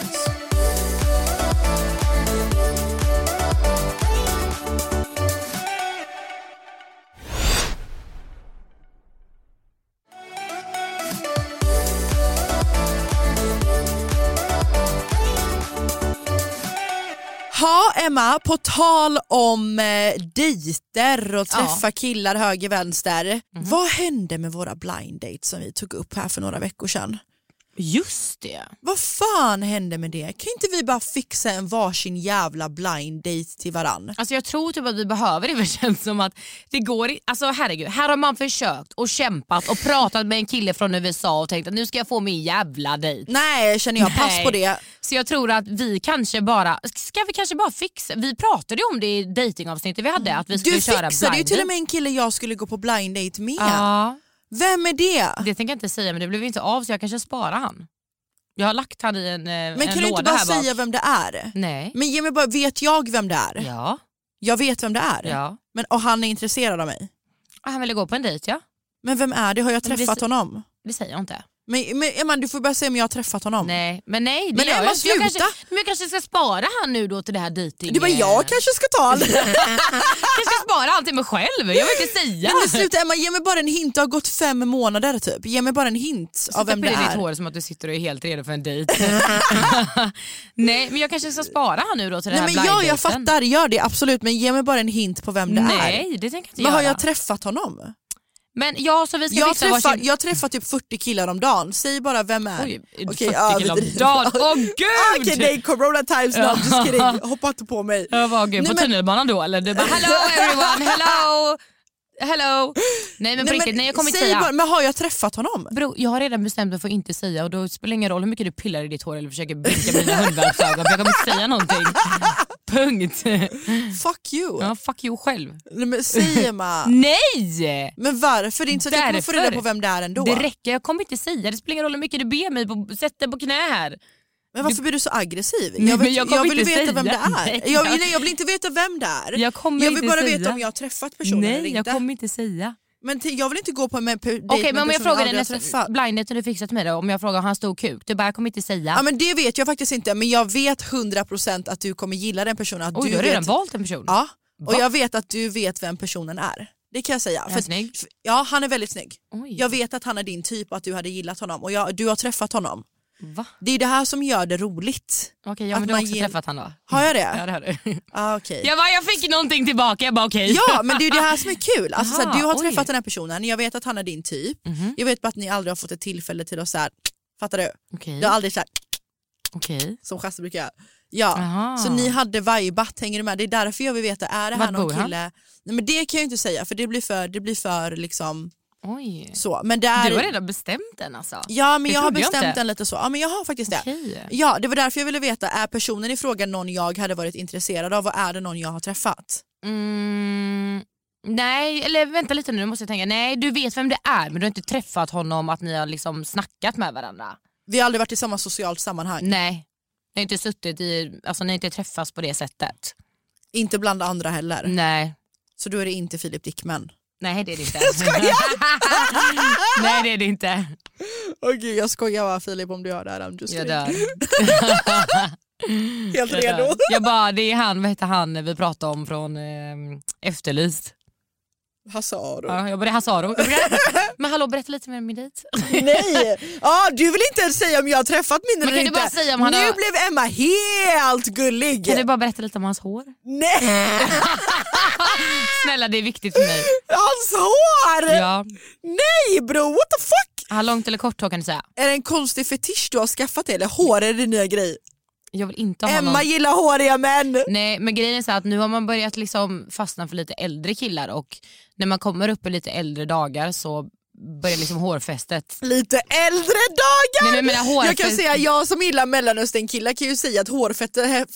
Ja, Emma, på tal om dejter och träffa killar höger vänster. Vad hände med våra blind dates som vi tog upp här för några veckor sedan? Just det. Vad fan hände med det? Kan inte vi bara fixa en varsin jävla blind date till varann? Alltså jag tror typ att vi behöver det, för det känns som att det går alltså herregud, här har man försökt och kämpat och pratat med en kille från USA och tänkt att nu ska jag få min jävla dejt. Nej, känner jag, pass på det. Så jag tror att vi kanske bara fixa, vi pratade om det i datingavsnittet vi hade, att vi skulle köra blind date. Du fixade ju till och med en kille jag skulle gå på blind date med. Ja. Vem är det? Det tänker jag inte säga, men det blev inte av, så jag kanske sparar han. Jag har lagt han i en låda här. Men kan du inte bara säga vem det är? Nej. Men ge mig bara, vet jag vem det är? Ja. Jag vet vem det är? Ja. Men, och han är intresserad av mig? Han ville gå på en dejt, ja. Men vem är det? Har jag träffat honom? Det säger jag inte. Men du får bara säga om jag har träffat honom. Nej, det men gör jag. Sluta. Jag kanske ska spara han nu då till det här dejting. Du bara, jag kanske ska ta han. Jag ska spara han till mig själv. Jag vill inte säga. Men sluta Emma, ge mig bara en hint. Det har gått 5 månader typ. Ge mig bara en hint av vem det är. Ditt hår som att du sitter och är helt redo för en dejt. Nej, men jag kanske ska spara han nu då till det här blind daten. Jag fattar, gör det absolut. Men ge mig bara en hint på vem det är. Nej, det tänker jag inte göra. Men har göra. jag träffat honom? Men ja, så vi ska jag träffar typ 40 killar om dagen. Säg bara vem är. Oj, 40 killar om dagen. Åh gud! Okej, nej, corona times now. Just kidding. Hoppa inte på mig. Jag var gud på tunnelbanan då, eller du bara hello everyone, hello. Nej men på riktigt, nej jag kommer inte säga. Men har jag träffat honom? Bro, jag har redan bestämt mig för att inte säga, och då spelar det ingen roll hur mycket du pillar i ditt hår eller försöker blinka mina hundvalpsögon, för jag kommer inte säga någonting. Punkt. Fuck you. Ja, fuck you själv. Men säger man. Nej! Men varför? Det är inte så att jag kommer få reda på vem det är ändå. Det räcker, jag kommer inte säga. Det spelar ingen roll hur mycket du ber mig på, sätt dig på knä här. Men varför blir du så aggressiv? Nej, jag vill veta säga. vem det är. Nej, jag vill inte veta vem det är. Jag vill bara veta om jag har träffat personen eller inte. Nej, jag kommer inte säga. Men jag vill inte gå på en dejt. Okej, men om jag frågar dig nästa blindet du fixat med det, om jag frågar om han stor kuk, du bara jag kommer inte säga. Ja, men det vet jag faktiskt inte, men jag vet 100% att du kommer gilla den personen. Att du har redan valt en person. Ja, och jag vet att du vet vem personen är. Det kan jag säga. Är han snygg? Ja, han är väldigt snygg. Oj. Jag vet att han är din typ och att du hade gillat honom, och du har träffat honom. Va? Det är det här som gör det roligt. Okej, ja, men du har också träffat han då? Har jag det? Ja, det har du. Okay. Jag fick någonting tillbaka, jag bara okej. Ja, men det är det här som är kul. Alltså, du har träffat den här personen, jag vet att han är din typ. Jag vet bara att ni aldrig har fått ett tillfälle till att så här, fattar du? Okay. Du har aldrig så här, som Chasse brukar göra. Ja, så ni hade vibat, hänger du med? Det är därför jag vill veta, är det här någon kille? Nej, men det kan jag inte säga, för det blir för liksom. Oj. Så, men det är... Du har redan bestämt den alltså? Ja, men jag har bestämt den lite så. Ja, men jag har faktiskt det. Ja, det var därför jag ville veta, är personen i fråga någon jag hade varit intresserad av, och är det någon jag har träffat? Nej, eller vänta lite nu, måste jag tänka. Nej, du vet vem det är, men du har inte träffat honom, att ni har liksom snackat med varandra. Vi har aldrig varit i samma socialt sammanhang. Nej, ni har inte suttit i, alltså ni har inte träffats på det sättet. Inte bland andra heller. Nej. Så då är det inte Filip Dickman. Nej, det är det inte. Jag skojar! Nej, det är det inte. Okej, jag skojar bara Filip, om du gör det här. Jag dör. Helt redo. Jag bara, det är han, vad heter han vi pratade om från Efterlyst? Hasse Aro. Ja, jag började Hasse Aro. Men hallå, berätta lite mer om min dejt. Nej, du vill inte ens säga om jag har träffat min eller inte. Bara säga om han nu blev Emma helt gullig. Kan du bara berätta lite om hans hår? Nej. Snälla, det är viktigt för mig. Hans hår? Ja. Nej bro, what the fuck? Långt eller kort då kan du säga. Är det en konstig fetisch du har skaffat dig eller hår är det nya grej? Jag vill inte ha Emma gillar håriga män. Nej, men grejen är så att nu har man börjat liksom fastna för lite äldre killar och när man kommer upp i lite äldre dagar så börjar liksom hårfästet. Lite äldre dagar? Nej, men jag kan säga, jag som gillar Mellanöstern killar kan ju säga att hårfettet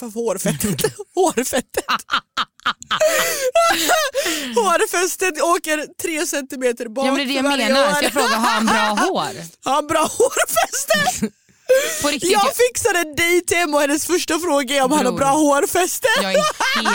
hårfästet åker 3 centimeter bak. Ja, men det är det jag menar. Så jag frågar, har han bra hår? Har han bra hårfäste? På riktigt, jag fixade en dejt hem och hennes första fråga är om han har bra hårfäste. Jag är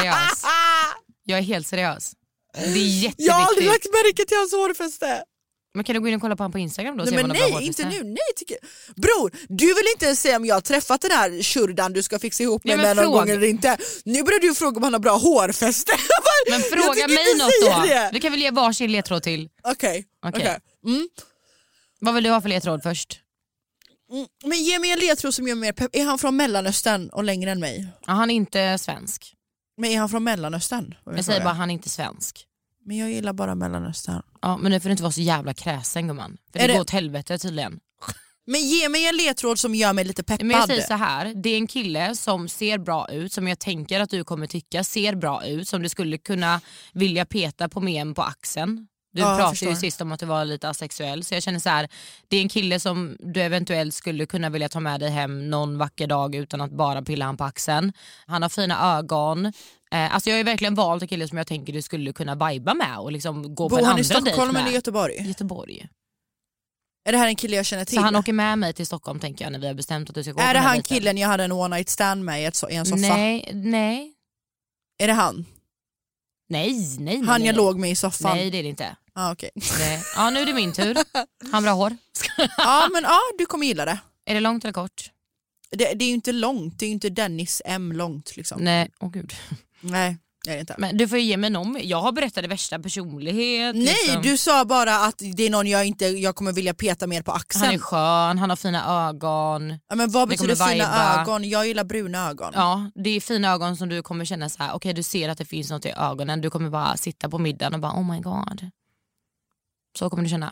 helt seriös. Det är jätteviktigt. Jag har aldrig lagt märke till hans hårfäste. Men kan du gå in och kolla på honom på Instagram då? Nej, men nej, inte nu. Nej, bror, du vill inte ens säga om jag har träffat den här shurdan du ska fixa ihop med någon gång eller inte. Nu börjar du fråga om han har bra hårfäste. Men fråga mig något då. Du kan väl ge varsin ledtråd till. Okej. Vad vill du ha för ledtråd först? Men ge mig en ledtråd som gör mer pepp. Är han från Mellanöstern och längre än mig? Ja, han är inte svensk. Men är han från Mellanöstern? Jag säger bara han är inte svensk. Men jag gillar bara Mellanöstern. Ja, men nu får du inte vara så jävla kräsen, gumman. För det går åt helvete tydligen. Men ge mig en ledtråd som gör mig lite peppad. Men jag säger så här, det är en kille som ser bra ut, som jag tänker att du kommer tycka ser bra ut, som du skulle kunna vilja peta på med på axeln. Du pratade ju sist om att du var lite asexuell, så jag känner så här, det är en kille som du eventuellt skulle kunna vilja ta med dig hem någon vacker dag utan att bara pilla han på axeln. Han har fina ögon. Alltså jag har verkligen valt en kille som jag tänker du skulle kunna viba med och liksom gå på en andra dejt med. Bor han i Stockholm eller Göteborg? Göteborg. Är det här en kille jag känner till? Så han åker med mig till Stockholm tänker jag när vi har bestämt att du ska gå på den här dejten. Är det han dejten. killen jag hade en one night stand med i en soffa? Nej. Är det han? Nej. Han jag låg med i soffan? Nej, det är det inte. Okej. Ja, nu är det min tur. Han bra hår. Ja, men du kommer gilla det. Är det långt eller kort? Det är ju inte långt, det är ju inte Dennis M långt liksom. Nej, gud. Nej, det är det inte. Men du får ge mig någon. Jag har berättat det värsta personlighet. Nej, liksom. Du sa bara att det är någon jag kommer vilja peta mer på axeln. Han är skön, han har fina ögon. Ja, men vad betyder fina ögon? Jag gillar bruna ögon. Ja, det är fina ögon som du kommer känna så här. Okej, du ser att det finns något i ögonen. Du kommer bara sitta på middagen och bara oh my god. Så kommer du känna.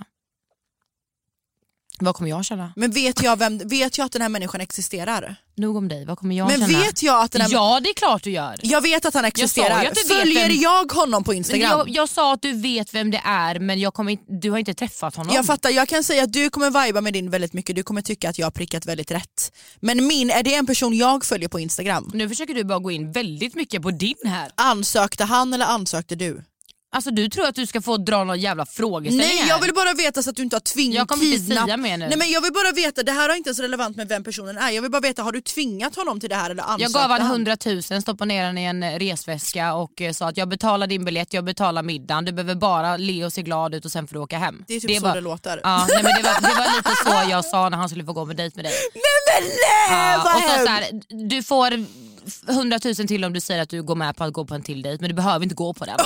Vad kommer jag känna? Men vet jag att den här människan existerar? Nog om dig, vad kommer jag känna? Men vet jag att den här... Ja, det är klart du gör. Jag vet att han existerar. Följer jag honom på Instagram? Jag sa att du vet vem det är, men du har inte träffat honom. Jag fattar, jag kan säga att du kommer viba med din väldigt mycket. Du kommer tycka att jag har prickat väldigt rätt. Men är det en person jag följer på Instagram? Nu försöker du bara gå in väldigt mycket på din här. Ansökte han eller ansökte du? Alltså du tror att du ska få dra någon jävla frågeställning. Nej, jag vill bara veta så att du inte har tvingat Jag kommer inte säga mer nu. Nej, men jag vill bara veta, det här är inte så relevant med vem personen är. Jag vill bara veta, har du tvingat honom till det här eller ansökte jag gav han 100 000, stoppade ner den i en resväska och sa att jag betalar din biljett, jag betalar middagen. Du behöver bara le och se glad ut och sen får du åka hem. Det är typ så det låter. Ja, nej, men det var lite så jag sa när han skulle få gå med dejt med dig. Nej, vad och så här, du får 100 000 till om du säger att du går med på att gå på en till dejt, men du behöver inte gå på den.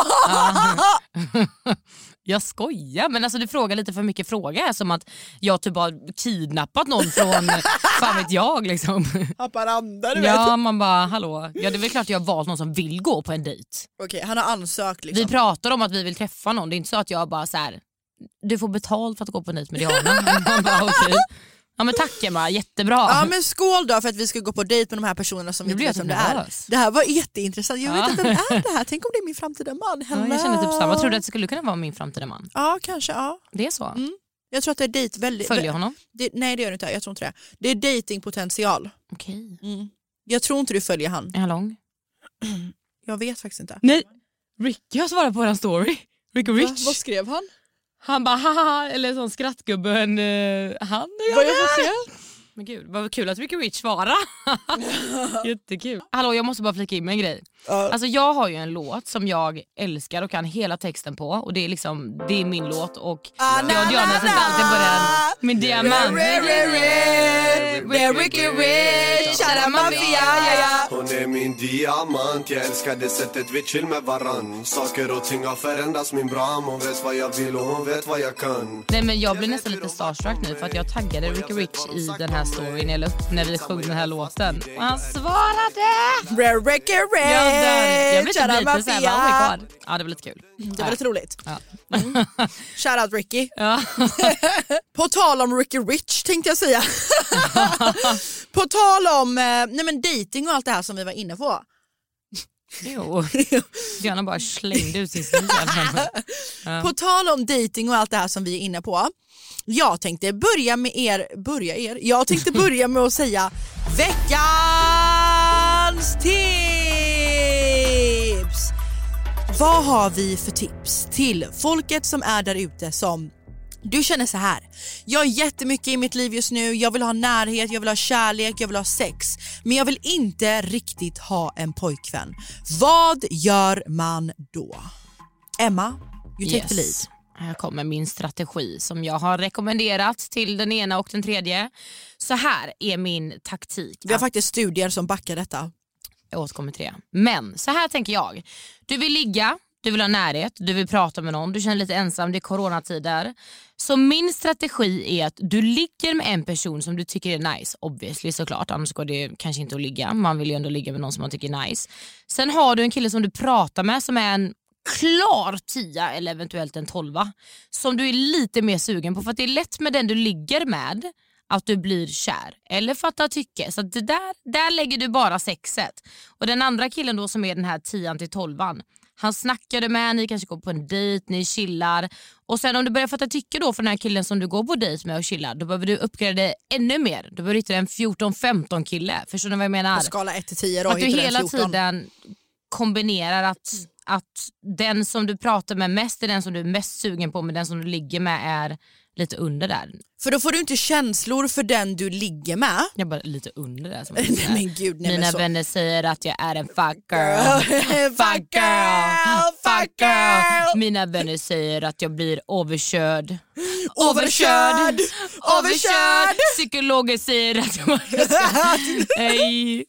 Jag skojar, men alltså du frågar lite för mycket frågor här, som att jag typ har kidnappat någon från fan vet jag liksom. Haparanda, du vet. Ja, man bara hallå. Ja, det är väl klart jag har valt någon som vill gå på en dejt. Okej, han har ansökt liksom. Vi pratar om att vi vill träffa någon. Det är inte så att jag bara så här, du får betalt för att gå på en dejt med Diana. Man bara okej. Ja men tack Emma, jättebra. Ja men skål då för att vi ska gå på dejt med de här personerna som vi vet som det är. Det här var jätteintressant. Jag vet inte vem är det här. Tänk om det är min framtida man. Ja, jag känner typ samma. Tror du att det skulle kunna vara min framtida man? Ja, kanske. Ja. Det är så? Mm. Jag tror att det är dejt väldigt... Följer honom? Nej det gör du inte, jag tror inte det. Det är datingpotential. Okej. Mm. Jag tror inte du följer han. Är han lång? Jag vet faktiskt inte. Nej, Ricky har svarat på den story. Ricky Rich. Vad skrev han? Han bara haha, eller sån skrattgubben han. Vad jag får se? Men gud, vad kul att Ricky Rich svarar. Jättekul. Hallå, jag måste bara flika in med en grej. Alltså jag har ju en låt som jag älskar och kan hela texten på. Och det är liksom, det är min låt. Och jag och Diana sätter alltid på den. Min diamant. Ricky Rich, Chara Mafia. Hon är min diamant, jag älskar det sättet vi chill med varann. Saker och ting har förändrats, min bram. Hon vet vad jag vill och hon vet vad jag kan. Nej, men jag blir nästan lite starstruck nu för att jag taggade Ricky Rich i den här storyn eller när vi sjöng den här låten. Och han svarade! Ricky Rich, jag blev Chara lite så här, oh my god. Ja, det var lite kul. Det var lite roligt. Ja. Shout out Ricky. Ja. På tal om Ricky Rich tänkte jag säga. På tal om dating och allt det här som vi var inne på. Jo. Diana bara slängde ut sin stil. På tal om dating och allt det här som vi är inne på. Jag tänkte börja med att säga veckans tips. Vad har vi för tips till folket som är där ute som du känner så här: jag är jättemycket i mitt liv just nu, jag vill ha närhet, jag vill ha kärlek, jag vill ha sex, men jag vill inte riktigt ha en pojkvän. Vad gör man då? Emma, you take the lead. Här kommer min strategi som jag har rekommenderat till den ena och den tredje. Så här är min taktik. Vi har faktiskt studier som backar detta. Jag återkommer till det. Men så här tänker jag. Du vill ligga, du vill ha närhet, du vill prata med någon, du känner lite ensam, det är coronatider. Så min strategi är att du ligger med en person som du tycker är nice, obviously såklart, annars går det kanske inte att ligga. Man vill ju ändå ligga med någon som man tycker är nice. Sen har du en kille som du pratar med som är en klar 10 eller eventuellt en 12 som du är lite mer sugen på, för att det är lätt med den du ligger med att du blir kär eller fattar tycke. Så det där lägger du bara sexet. Och den andra killen då som är den här 10 till 12, han snackade med, ni kanske går på en dejt, ni chillar. Och sen om du börjar fatta tycke då för den här killen som du går på dejt med och chillar, då behöver du uppgradera det ännu mer. Då behöver du hitta en 14-15 kille. Förstår ni vad jag menar? På skala 1-10 då. Att du hela tiden kombinerar att den som du pratar med mest är den som du är mest sugen på, men den som du ligger med är lite under där. För då får du inte känslor för den du ligger med. Jag bara lite under där. Som men gud, nej, mina så. Vänner säger att jag är en fuck girl. Fuck girl. Fuck girl. Mina vänner säger att jag blir överkörd. Psykologer säger att jag hej.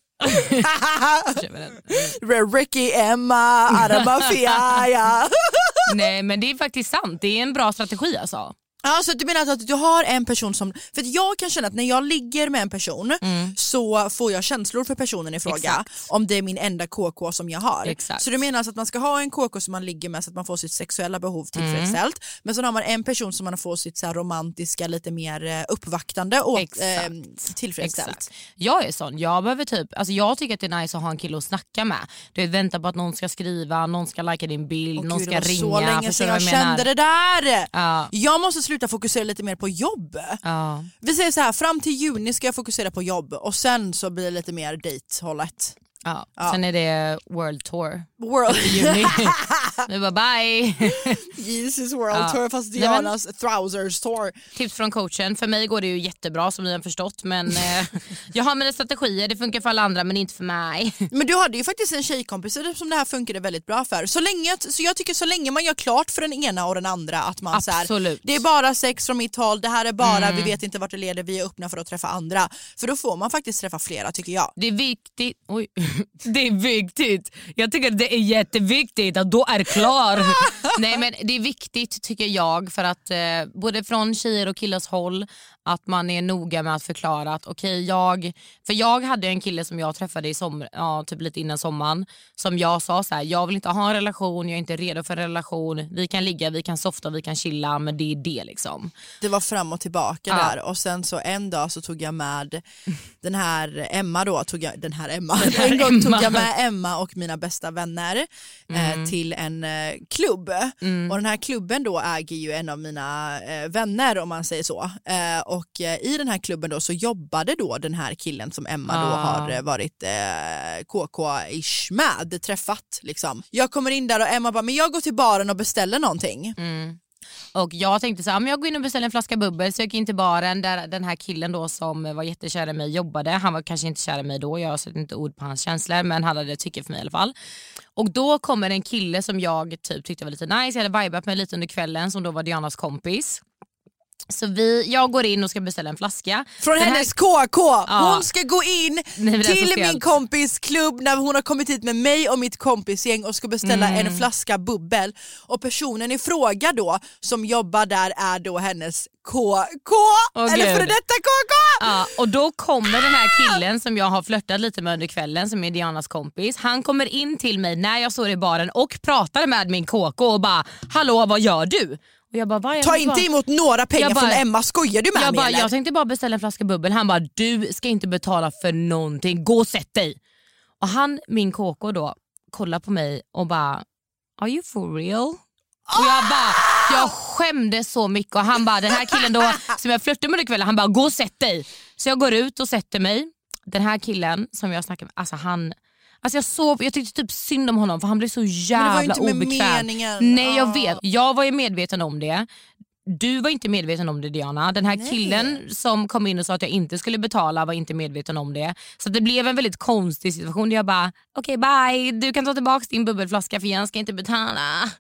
Ricky, Emma, Chara Mafia. Nej, men det är faktiskt sant. Det är en bra strategi alltså. Ja, så du menar att du har en person som... För att jag kan känna att när jag ligger med en person så får jag känslor för personen i fråga. Exakt. Om det är min enda KK som jag har. Exakt. Så du menar alltså att man ska ha en KK som man ligger med så att man får sitt sexuella behov tillfredsställt. Men så har man en person som man får sitt så här romantiska, lite mer uppvaktande och tillfredsställt. Exakt. Jag är sån. Jag behöver jag tycker att det är nice att ha en kille att snacka med. Du vet, vänta på att någon ska skriva, någon ska lajka din bild, någon ska ringa. Så länge sedan jag kände det där. Jag måste sluta fokusera lite mer på jobb. Vi säger så här, fram till juni ska jag fokusera på jobb och sen så blir det lite mer date-hållet. Sen är det World Tour. Juni. Nu bara bye. Jesus World Tour fast Dianas Trousers Tour. Tips från coachen. För mig går det ju jättebra som ni har förstått. Men jag har mina strategier. Det funkar för alla andra men inte för mig. Men du hade ju faktiskt en tjejkompis som det här funkade väldigt bra för. Så jag tycker så länge man gör klart för den ena och den andra att man så här, det är bara sex från mitt håll. Det här är bara, vi vet inte vart det leder. Vi är öppna för att träffa andra. För då får man faktiskt träffa flera tycker jag. Det är viktigt. Oj. Det är viktigt. Jag tycker det är jätteviktigt att du är klar. Nej, men det är viktigt tycker jag för att både från tjejer och killars håll att man är noga med att förklara att jag hade en kille som jag träffade i typ lite innan sommaren som jag sa så här: jag vill inte ha en relation, jag är inte redo för en relation. Vi kan ligga, vi kan softa, vi kan chilla, men det är det liksom. Det var fram och tillbaka där och sen så en dag så tog jag med den här Emma då, en gång tog jag med Emma och mina bästa vänner till en klubb och den här klubben då äger ju en av mina vänner om man säger så och i den här klubben då så jobbade då den här killen som Emma då har varit KK-ish med, träffat liksom. Jag kommer in där och Emma bara, men jag går till baren och beställer någonting. Och jag tänkte så här, men jag går in och beställer en flaska bubbel. Så jag gick in till baren där den här killen då som var jättekär i mig jobbade. Han var kanske inte kär i mig då, jag sätter inte ord på hans känslor, men han hade tycke för mig i alla fall. Och då kommer en kille som jag typ tyckte var lite nice. Jag hade vibat med lite under kvällen som då var Dianas kompis. Så jag går in och ska beställa en flaska. Från hennes KK. Ja. Hon ska gå in till min kompis klubb när hon har kommit hit med mig och mitt kompisgäng och ska beställa en flaska bubbel. Och personen i fråga då som jobbar där är då hennes KK. Eller för detta KK. Ja, och då kommer den här killen som jag har flörtat lite med under kvällen, som är Dianas kompis. Han kommer in till mig när jag står i baren och pratar med min KK och bara, hallå, vad gör du? Och jag bara, ta inte emot några pengar från Emma, skojar du med mig eller? Jag tänkte bara beställa en flaska bubbel. Han bara, du ska inte betala för någonting, gå och sätt dig. Och min KK då kollar på mig och bara, are you for real? Och jag skämde så mycket. Och han bara, den här killen då som jag flörtade med ikväll, han bara, gå och sätt dig. Så jag går ut och sätter mig. Den här killen som jag snackade med, jag tyckte typ synd om honom för han blev så jävla obekväm. Nej, jag vet. Jag var ju medveten om det. Du var inte medveten om det, Diana. Den här killen som kom in och sa att jag inte skulle betala var inte medveten om det. Så det blev en väldigt konstig situation. Jag bara, okej, bye. Du kan ta tillbaka din bubbelflaska för jag ska inte betala.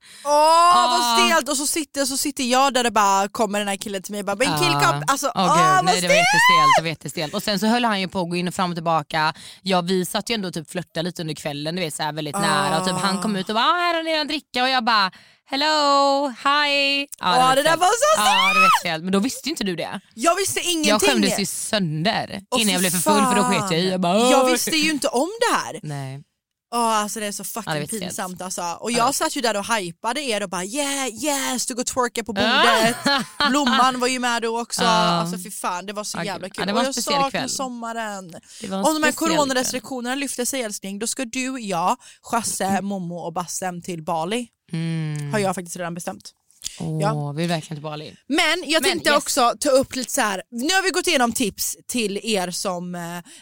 Vad stelt. Och så sitter jag där och bara kommer den här killen till mig och bara, en killkopp. Alltså, nej, det var jättestelt. Och sen så höll han ju på att gå in och fram och tillbaka. Vi satt ju ändå typ flörta lite under kvällen, du vet, så här väldigt nära. Och typ han kom ut och bara, här har ni en dricka. Och jag bara, hello, hi. Det där var så stelt. Men då visste inte du det. Jag visste ingenting. Jag skämdes ju sönder innan jag blev för full, för då sket jag i. Jag visste ju inte om det här. Nej. Alltså det är så fucking pinsamt alltså. Och jag satt ju där och hypade er och bara yes, du går twerka på bordet. Blomman var ju med då också. Alltså fy fan, det var så jävla kul. Och jag saknar sommaren. Om de här coronarestriktionerna lyfter sig, älskling, då ska du, jag, Chasse, Momo och Bassem till Bali. Har jag faktiskt redan bestämt. Vi är verkligen till Bali. Men jag tänkte också ta upp lite så här. Nu har vi gått igenom tips till er som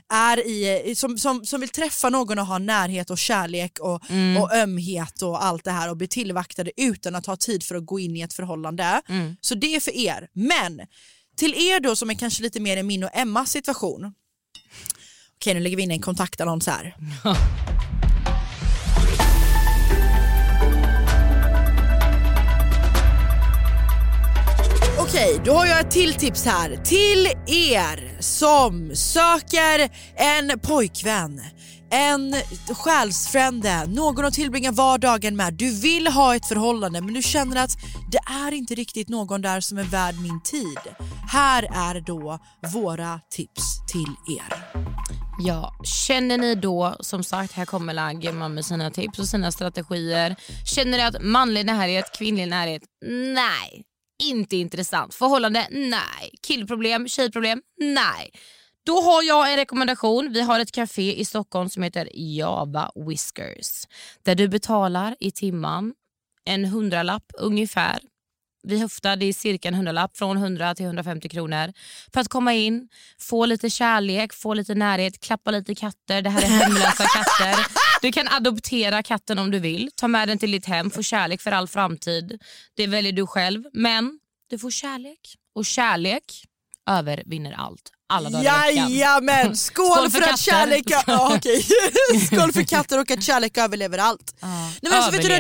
är som vill träffa någon och ha närhet och kärlek och ömhet och allt det här och bli tillvaktade utan att ha tid för att gå in i ett förhållande. Så det är för er. Men till er då som är kanske lite mer i min och Emmas situation. Okej, nu lägger vi in en kontaktannons här. Okej, då har jag ett till tips här. Till er som söker en pojkvän, en själsfrände, någon att tillbringa vardagen med. Du vill ha ett förhållande men du känner att det är inte riktigt någon där som är värd min tid. Här är då våra tips till er. Ja, känner ni då, som sagt, här kommer Lagman med sina tips och sina strategier. Känner ni att manlig närhet, kvinnlig närhet? Nej. Inte intressant. Förhållande? Nej. Killproblem? Tjejproblem? Nej. Då har jag en rekommendation. Vi har ett café i Stockholm som heter Java Whiskers. Där du betalar i timman en 100-lapp ungefär. Vi höftar, det är cirka en 100-lapp från 100 till 150 kronor. För att komma in, få lite kärlek, få lite närhet, klappa lite katter. Det här är hemlösa katter. Du kan adoptera katten om du vill. Ta med den till ditt hem, få kärlek för all framtid. Det väljer du själv. Men du får kärlek. Och kärlek övervinner allt. Alla dagar i veckan. Jajamän, skål för att kärlek skål för katter och att kärlek överlever allt. Nej, men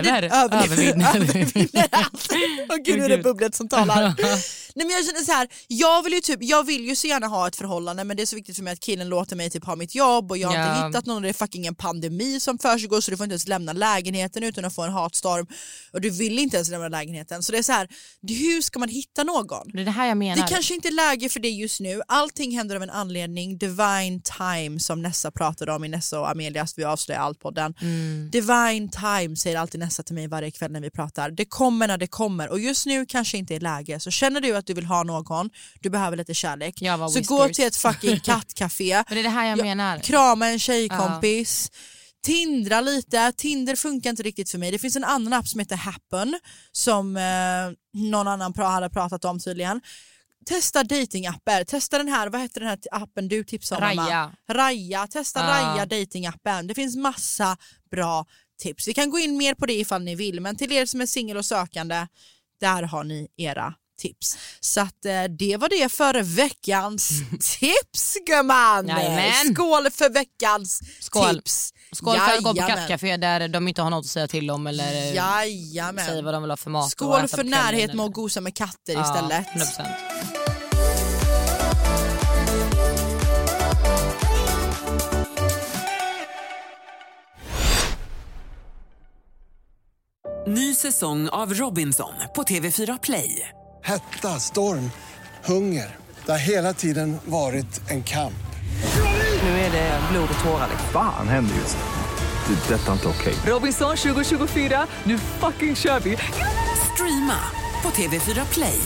övervinner allt. Gud, nu är det bubblet som talar. Nej, men jag känner så här, jag vill ju så gärna ha ett förhållande, men det är så viktigt för mig att killen låter mig typ ha mitt jobb och jag har inte hittat någon, det är fucking en pandemi som försiggår så du får inte ens lämna lägenheten utan att få en hatstorm och du vill inte ens lämna lägenheten. Så det är så här, hur ska man hitta någon? Det är det här jag menar. Det kanske inte är läge för det just nu. Allting händer av en anledning. Divine time som Nessa pratade om i Nessa och Amelias, vi avslöjar allt på den. Divine time säger alltid Nessa till mig varje kväll när vi pratar. Det kommer när det kommer och just nu kanske inte är läge. Så känner du att du vill ha någon, du behöver lite kärlek. Så gå till ett fucking kattcafé. Men det är det här jag menar. Krama en tjejkompis. Tindra lite. Tinder funkar inte riktigt för mig. Det finns en annan app som heter Happen som någon annan hade pratat om tydligen. Testa datingappar. Testa den här, vad heter den här appen du tipsade om? Raya. Testa Raya datingappen. Det finns massa bra tips. Vi kan gå in mer på det ifall ni vill, men till er som är singel och sökande, där har ni era tips. Så att det var det för veckans tips, gumman. Jajamän. Skål för veckans tips. Skål för att gå på kattcafé där de inte har något att säga till om eller säga vad de vill ha för mat. Skål för närhet med att gosa med katter istället. 100%. Ny säsong av Robinson på TV4 Play. Hetta, storm, hunger. Det har hela tiden varit en kamp. Nu är det blod och tårar. Fan händer just nu. Det. Detta är inte okej. Robinson 2024, nu fucking kör vi. Streama på TV4 Play.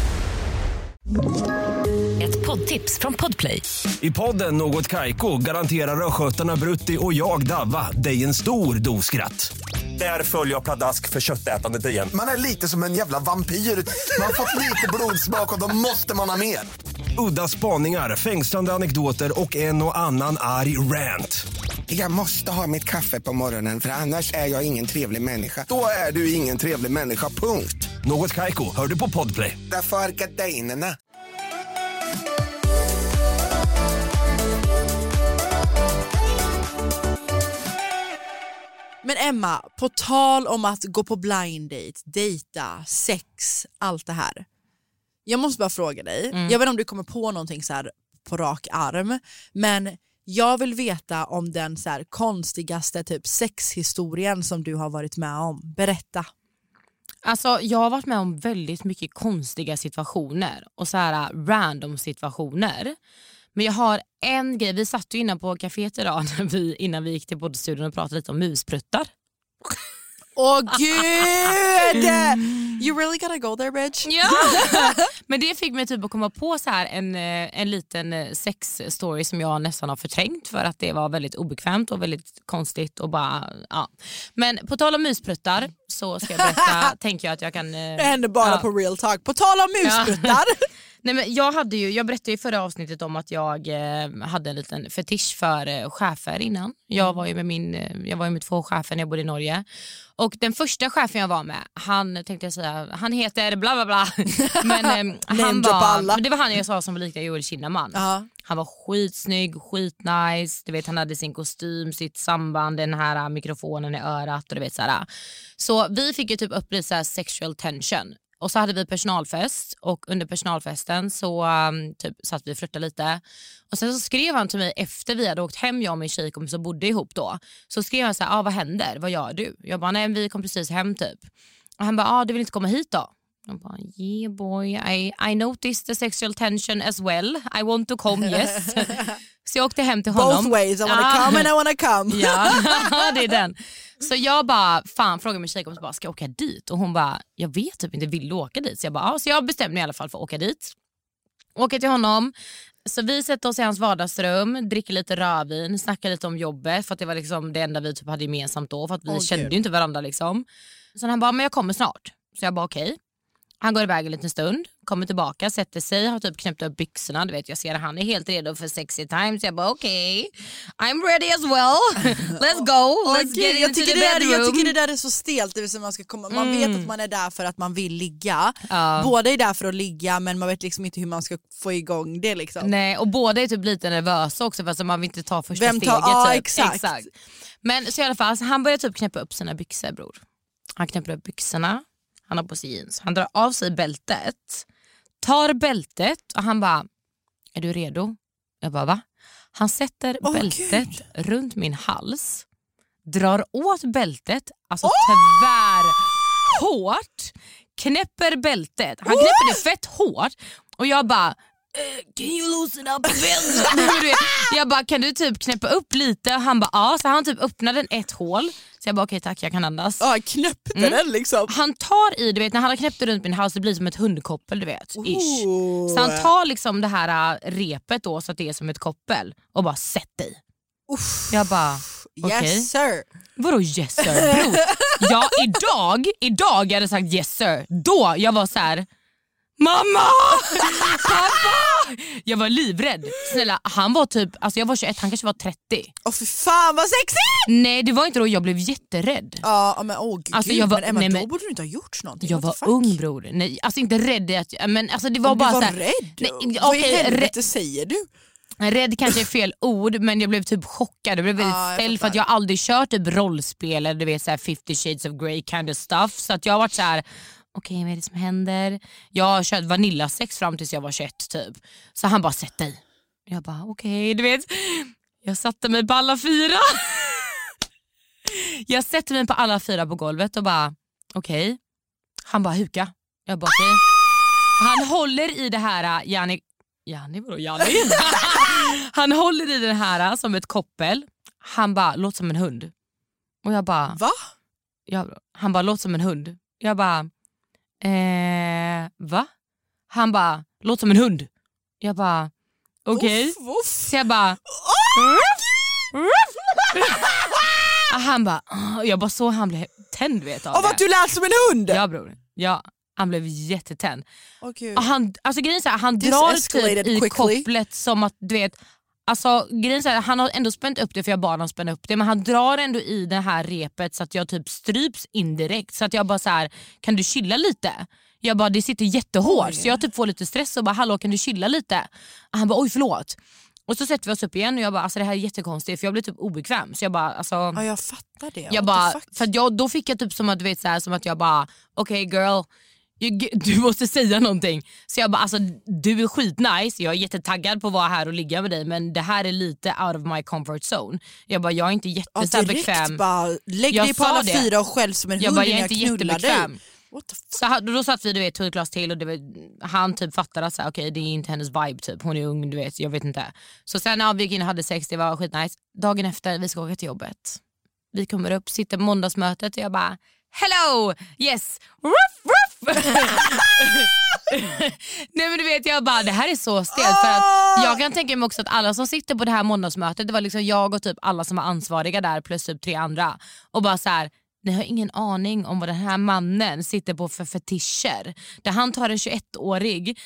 Ett poddtips från Podplay. I podden Något Kaiko garanterar röskötarna Brutti och jag Davva dig en stor doskratt. Där följer jag pladask för köttätandet igen. Man är lite som en jävla vampyr. Man har fått lite blodsmak och då måste man ha mer. Udda spaningar, fängslande anekdoter och en och annan arg rant. Jag måste ha mitt kaffe på morgonen för annars är jag ingen trevlig människa. Då är du ingen trevlig människa, punkt. Något Kaiko, hör du på Podplay. Därför är gardinerna. Men Emma, på tal om att gå på blind date, dejta, sex, allt det här. Jag måste bara fråga dig. Jag vet inte om du kommer på någonting så här på rak arm. Men jag vill veta om den så här konstigaste typ sexhistorien som du har varit med om. Berätta. Alltså jag har varit med om väldigt mycket konstiga situationer. Och så här random situationer. Men jag har en grej. Vi satt ju innan på kaféet idag innan vi gick till poddstudion och pratade lite om muspruttar. Åh gud! You really gotta go there, bitch. Ja. Men det fick mig typ att komma på så här en liten sexstory som jag nästan har förträngt för att det var väldigt obekvämt och väldigt konstigt och bara, ja. Men på tal om muspruttar så ska jag berätta, tänker jag att jag kan... Det händer bara på real talk. På tal om muspruttar. Nej, men jag berättade i förra avsnittet om att jag hade en liten fetisch för chefer innan. Jag var ju med 2 chefer när jag bodde i Norge. Och den första chefen jag var med, han heter bla bla bla. Men det var han jag sa som var lika Joel Kinnaman. Han var skitsnygg, skitnice. Du vet, han hade sin kostym, sitt samband, den här mikrofonen i örat och du vet så här. Så vi fick ju typ upp lite så här sexual tension. Och så hade vi personalfest och under personalfesten så typ satt vi och flörtade lite. Och sen så skrev han till mig efter vi hade åkt hem, jag och min tjejkompis som bodde ihop då. Så skrev han så här, vad händer? Vad gör du? Jag bara, nej vi kom precis hem typ. Och han bara, du vill inte komma hit då? Jag bara, yeah boy, I noticed the sexual tension as well. I want to come, yes. Så jag åkte hem till honom. Both ways, I wanna come and I wanna come. Ja, det är den. Så jag bara, frågade min tjejkompis bara, ska jag åka dit? Och hon bara, jag vet typ inte, vill du åka dit? Så jag bara, så jag bestämde mig i alla fall för att åka dit. Åker till honom. Så vi sätter oss i hans vardagsrum, dricker lite rödvin, snackar lite om jobbet. För att det var liksom det enda vi typ hade gemensamt då. För att vi kände ju inte varandra liksom. Så han bara, men jag kommer snart. Så jag bara, okej. Han går iväg en liten stund, kommer tillbaka, sätter sig, har typ knäppt upp byxorna. Du vet, jag ser att han är helt redo för sexy time. Så jag bara, okej, I'm ready as well. Let's go, let's get into the bedroom. Jag tycker det där är så stelt. Det vill säga man ska komma. Man vet att man är där för att man vill ligga. Båda är där för att ligga, men man vet liksom inte hur man ska få igång det liksom. Nej, och båda är typ lite nervösa också för att man vill inte ta första steget. Typ. Exakt. Men så i alla fall, alltså, han börjar typ knäppa upp sina byxor, bror. Han knäpper upp byxorna. Han har på sig jeans. Han drar av sig bältet. Tar bältet och han bara, är du redo? Jag bara, va? Han sätter bältet runt min hals. Drar åt bältet. Alltså tvärhårt. Knäpper bältet. Han knäpper det fett hårt. Och jag bara, can you loosen up a bit? Jag bara, kan du typ knäppa upp lite? Han bara, ja. Så han typ öppnade ett hål. Så jag bara, okej tack, jag kan andas. Ja, knäppte den liksom. Han tar i, du vet, när han har knäppt runt min hals, det blir som ett hundkoppel, du vet. Ish. Så han tar liksom det här repet då, så att det är som ett koppel. Och bara, sätt dig. Jag bara, okej. Yes sir. Vadå yes sir? Bro. Ja, idag jag hade sagt yes sir. Då, jag var så här. mamma! Pappa! Jag var livrädd. Snälla, han var typ, alltså jag var 21, han kanske var 30. För fan vad sexigt! Nej, det var inte då, jag blev jätterädd. Ja, men gud, alltså, jag var, men Emma, då borde du inte ha gjort någonting. Jag var ung, bror. Nej, alltså inte rädd, men alltså det var om bara du var så här, rädd? Nej, vad i helvete säger du? Rädd kanske är fel ord, men jag blev typ chockad. Jag blev väldigt ställd för att jag aldrig kört typ rollspel eller du vet så här 50 shades of Grey kind of stuff. Så att jag har varit så här: okej, vad är det som händer? Jag har kört vanillasex fram tills jag var 21 typ. Så han bara, sätt dig. Jag bara, okej, du vet. Jag satte mig på alla 4. Jag sätter mig på alla 4 på golvet och bara, okej. Han bara, huka. Jag bara, okej. Han håller i det här, Janni, vadå Janni? Han håller i den här som ett koppel. Han bara, låt som en hund. Och jag bara, va? Han bara, låt som en hund. Jag bara, va? Han bara, låt som en hund. Jag bara, okej. Så jag bara, han bara, jag bara så han blev tänd, vet av det. Vad du lät som en hund? Ja, bror. Ja. Han blev jättetänd. Okay. Och han, alltså grejen så här, han drar typ i kopplet som att du vet, alltså grejen så här, han har ändå spänt upp det för jag bad honom spänna upp det, men han drar ändå i det här repet så att jag typ stryps indirekt, så att jag bara så här, kan du chilla lite? Jag bara, det sitter jättehårt. Så jag typ får lite stress och bara, hallå, kan du chilla lite? Och han bara, oj förlåt. Och så sätter vi oss upp igen och jag bara, alltså det här är jättekonstigt, för jag blir typ obekväm. Så jag bara, alltså, ja, jag fattar det. Jag bara, för att då fick jag typ som att du vet så här, som att jag bara, okej, girl, du måste säga någonting. Så jag bara, alltså du är skitnice, jag är jättetaggad på att vara här och ligga med dig, men det här är lite out of my comfort zone. Jag bara, jag är inte jättebekväm. Bara lägg dig på alla 4 och själv som en hund. Jag är inte jättebekväm. Så då satt vi, du vet, tog ett glas till och han typ fattade att okej, det är inte hennes vibe typ. Hon är ung, du vet, jag vet inte. Så sen vi gick in och hade sex, det var skitnice. Dagen efter, vi ska åka till jobbet. Vi kommer upp, sitter på måndagsmötet och jag bara, hello, yes, ruff, ruff. Nej men du vet, jag bara, det här är så stelt. För att jag kan tänka mig också att alla som sitter på det här måndagsmötet, det var liksom jag och typ alla som var ansvariga där plus typ 3 andra. Och bara så här, ni har ingen aning om vad den här mannen sitter på för fetischer. Där han tar en 21-årig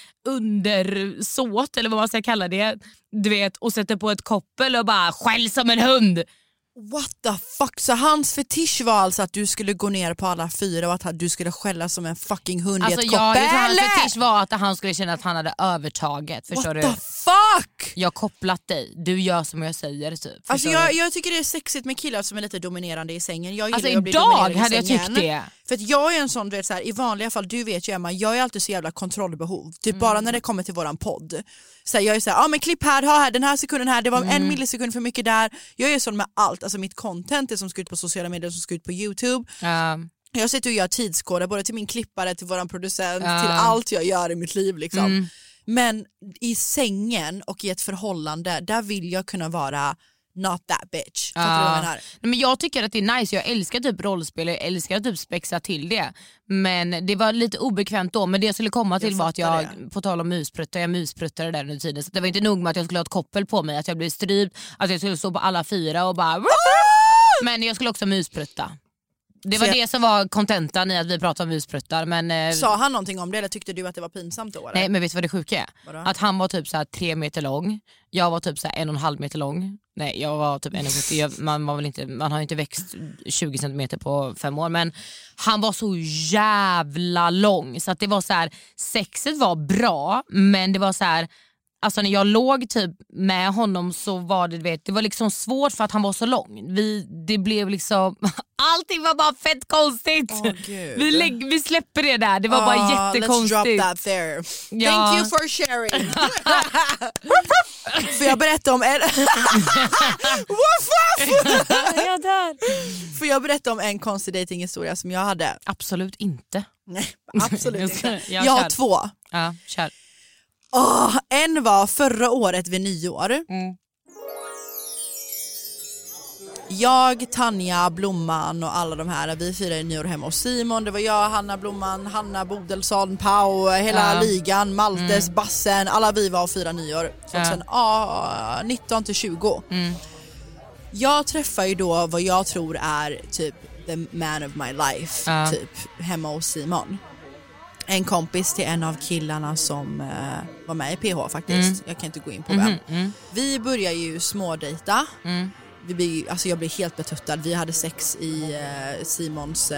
undersåt, eller vad man ska kalla det, du vet, och sätter på ett koppel och bara skäll som en hund. What the fuck? Så hans fetisch var alltså att du skulle gå ner på alla 4 och att du skulle skälla som en fucking hund i ett koppel? Jag tror hans fetisch var att han skulle känna att han hade övertaget. Förstår What the fuck? Jag har kopplat dig. Du gör som jag säger typ. Alltså jag tycker det är sexigt med killar som är lite dominerande i sängen. Jag alltså idag hade jag tyckt det. För att jag är en sån, du vet, så här, i vanliga fall, du vet ju Emma, jag är alltid så jävla kontrollbehov. Typ bara när det kommer till våran podd. Så här, jag är så här, men klipp här, den här sekunden här, det var 1 millisekund för mycket där. Jag är sån med allt, alltså mitt content är som ska ut på sociala medier, som ska ut på YouTube. Jag sitter och gör tidskoder både till min klippare, till våran producent, till allt jag gör i mitt liv liksom. Men i sängen och i ett förhållande, där vill jag kunna vara not that bitch. Nej, men jag tycker att det är nice. Jag älskar typ rollspel, jag älskar typ spexa till det. Men det var lite obekvämt då. Men det jag skulle komma till var att jag, på tal om muspruttar, jag muspruttade där under tiden. Så det var inte nog med att jag skulle ha ett koppel på mig, att jag blev strypt, att jag skulle stå på alla 4 och bara men jag skulle också musprutta. Det var det som var kontentan i att vi pratade om muspruttar. Men, sa han någonting om det eller tyckte du att det var pinsamt då? Eller? Nej, men vet du vad det sjuka är? Vadå? Att han var typ så här 3 meter lång. Jag var typ så här 1,5 meter lång. Nej, jag var typ 1,70. Man har inte växt 20 centimeter på 5 år. Men han var så jävla lång. Så att det var så här, sexet var bra. Men det var så här, alltså när jag låg typ med honom så var det var liksom svårt för att han var så lång. Det blev liksom allting var bara fett konstigt. Vi släpper det där. Det var bara jättekonstigt. Let's drop that there. Ja. Thank you for sharing. Får jag berätta om en Får jag berätta om en konstig datinghistoria som jag hade? Absolut inte. Nej, absolut inte. Jag har 2. Ja, kör. En var förra året vid nyår. Jag, Tanja, Blomman och alla de här, vi firade nyår hemma hos Simon. Det var jag, Hanna Blomman, Hanna Bodelsson, Pau, hela ligan, Maltes, Bassen. Alla vi var och firade nyår 19 till 20. Jag träffar ju då vad jag tror är typ the man of my life, typ hemma hos Simon. en kompis till en av killarna som var med i PH faktiskt. Jag kan inte gå in på vem. Vi börjar ju smådejta. Jag blev helt betuttad. Vi hade sex i Simons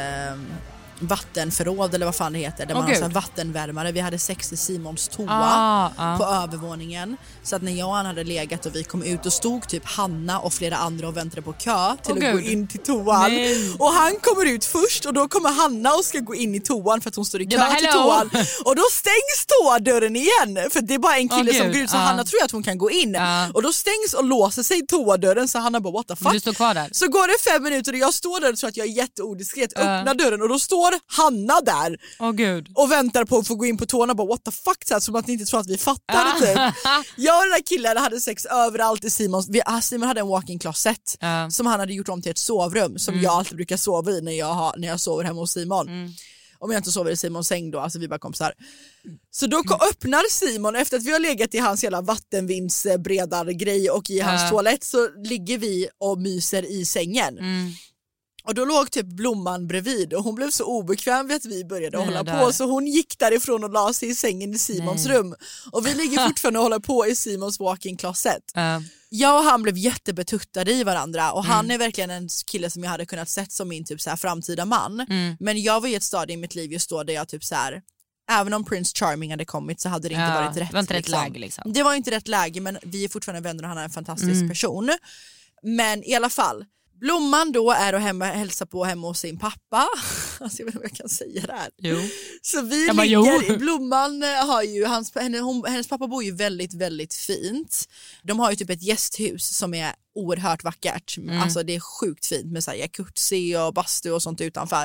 vattenförråd eller vad fan det heter. Där man har så här vattenvärmare. Vi hade sex i Simons toa på övervåningen. Så att när jag och han hade legat och vi kom ut och stod typ Hanna och flera andra och väntade på kö till att gå in till toan. Nej. Och han kommer ut först och då kommer Hanna och ska gå in i toan för att hon står i kö till toan. Och då stängs toadörren igen för det är bara en kille som går ut så Hanna tror att hon kan gå in. Och då stängs och låser sig toadörren så Hanna bara what the fuck. Du står kvar där. Så går det 5 minuter och jag står där och tror att jag är jätteodiskret. Öppnar dörren och då står Hanna där och väntar på att få gå in på tårna och bara what the fuck så här, som att ni inte tror att vi fattar typ. Jag och den där killen hade sex överallt i Simons. Simon hade en walk-in closet som han hade gjort om till ett sovrum som jag alltid brukar sova i när jag sover hemma hos Simon. Om jag inte sover i Simons säng då, alltså vi bara kompisar. Så då öppnar Simon efter att vi har legat i hans hela vattenvindsbredargrej och i hans toalett så ligger vi och myser i sängen. Och då låg typ Blomman bredvid och hon blev så obekväm vid att vi började hålla på så hon gick därifrån och la sig i sängen i Simons rum. Och vi ligger fortfarande och håller på i Simons walk-in closet. Jag och han blev jättebetuttade i varandra och han är verkligen en kille som jag hade kunnat sett som min typ så här framtida man. Men jag var i ett stadie i mitt liv just då där jag typ så här, även om Prince Charming hade kommit så hade det inte varit rätt. Det var inte rätt läge liksom. Det var inte rätt läge men vi är fortfarande vänner och han är en fantastisk person. Men i alla fall Blomman då är och hälsar på hemma hos sin pappa. Alltså jag vet inte vad jag kan säga det här. Jo. Så vi ligger, Blomman har ju, hennes pappa bor ju väldigt, väldigt fint. De har ju typ ett gästhus som är oerhört vackert. Alltså det är sjukt fint med så här jacuzzi och bastu och sånt utanför.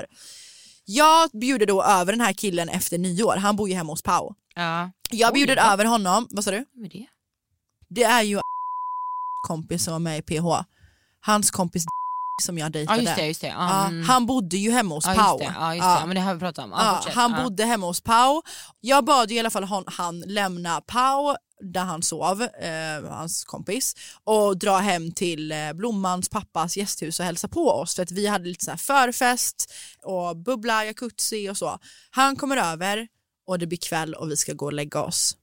Jag bjuder då över den här killen efter nyår. Han bor ju hemma hos Pau. Jag bjuder över honom. Vad sa du? Vad är det? Det är ju kompis som var med i PH. Hans kompis som jag dejtade. Just det. Han bodde ju hemma hos Pau. Men det har vi pratat om. Han bodde hemma hos Pau. Jag bad ju i alla fall han lämna Pau där han sov, hans kompis, och dra hem till Blommans pappas gästhus och hälsa på oss för att vi hade lite så här förfest och bubbla, jacuzzi och så. Han kommer över och det blir kväll och vi ska gå och lägga oss.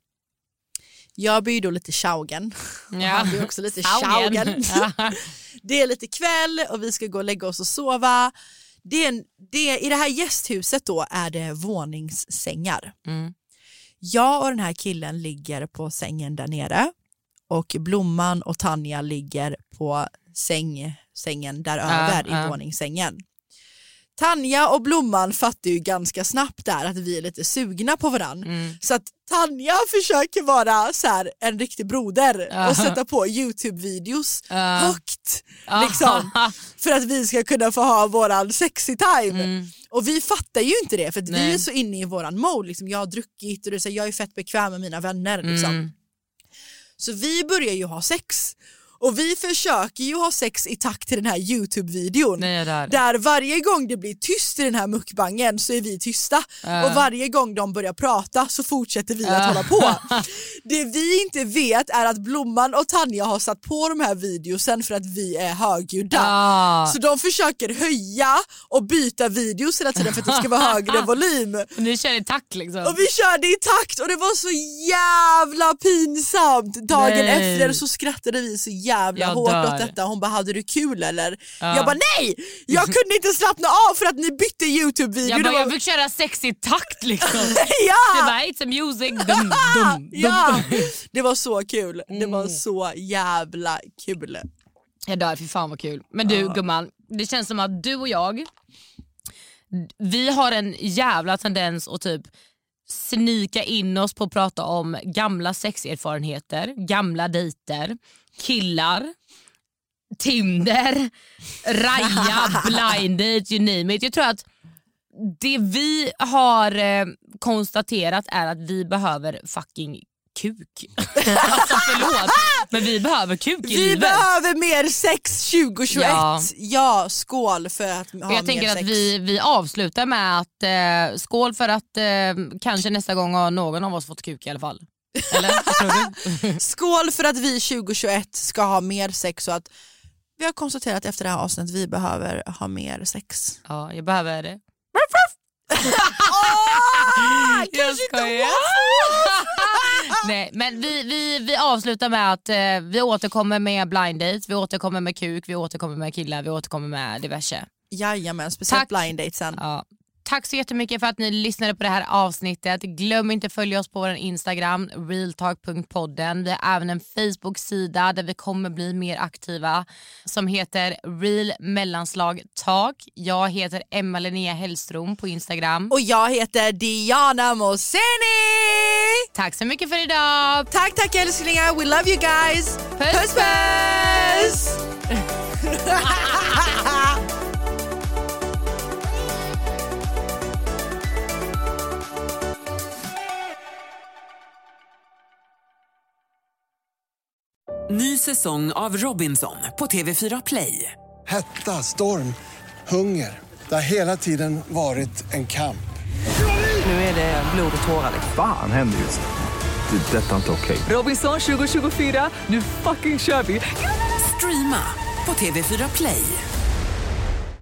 Jag blir då lite tjaugen. Han blir också lite tjaugen. Det är lite kväll och vi ska gå och lägga oss och sova. I det här gästhuset då är det våningssängar. Jag och den här killen ligger på sängen där nere och Blomman och Tanja ligger på sängen där över i våningssängen. Tanja och Blomman fattar ju ganska snabbt där att vi är lite sugna på varann. Så att Tanja försöker vara så här en riktig broder och sätta på YouTube-videos högt liksom, för att vi ska kunna få ha våran sexy time. Och vi fattar ju inte det för att vi är så inne i våran mode liksom. Jag har druckit och det, så jag är fett bekväm med mina vänner liksom. Så vi börjar ju ha sex. Och vi försöker ju ha sex i takt till den här YouTube-videon. Där varje gång det blir tyst i den här mukbangen så är vi tysta. Och varje gång de börjar prata så fortsätter vi att hålla på. Det vi inte vet är att Blomman och Tanja har satt på de här videosen för att vi är högljudda. Så de försöker höja och byta videos hela tiden för att det ska vara högre volym. Ni kör i takt liksom. Och vi körde i takt och det var så jävla pinsamt. Dagen efter så skrattade vi så jävla hårt åt detta. Hon bara, hade du kul eller? Jag bara, nej! Jag kunde inte slappna av för att ni bytte YouTube-video. Jag fick köra sex i takt liksom. Ja! Det var it's a music. Dum. Ja, det var så kul. Det var så jävla kul. Jag dör, för fan vad kul. Men du gumman, det känns som att du och jag, vi har en jävla tendens att typ snika in oss på att prata om gamla sexerfarenheter, gamla dejter, killar, Tinder, Raja, blind date, you name it. Jag tror att det vi har konstaterat är att vi behöver fucking kuk. Alltså förlåt, men vi behöver kuk i livet. Vi behöver mer sex 2021. Ja, skål för att ha mer sex. Jag tänker att vi avslutar med att skål för att kanske nästa gång har någon av oss fått kuk i alla fall. Eller? Vad tror du? Skål för att vi 2021 ska ha mer sex och att vi har konstaterat efter det här avsnittet att vi behöver ha mer sex. Ja, jag behöver det. Han kanske inte Nej, men vi avslutar med att vi återkommer med blind date, vi återkommer med kuk, vi återkommer med killar, vi återkommer med diverse. Jajamän, speciellt blind date sen. Ja. Tack så jättemycket för att ni lyssnade på det här avsnittet. Glöm inte att följa oss på vår Instagram, realtalk.podden. Vi har även en Facebook-sida där vi kommer bli mer aktiva som heter Real mellanslag talk. Jag heter Emma Linnea Hellström på Instagram. Och jag heter Diana Moseni. Tack så mycket för idag. Tack älsklingar. We love you guys. Puss puss. Ny säsong av Robinson på TV4 Play. Hetta, storm, hunger. Det har hela tiden varit en kamp. Nu är det blod och tårar. Fan händer just det. Det är detta inte okej. Robinson 2024, nu fucking kör vi. Streama på TV4 Play.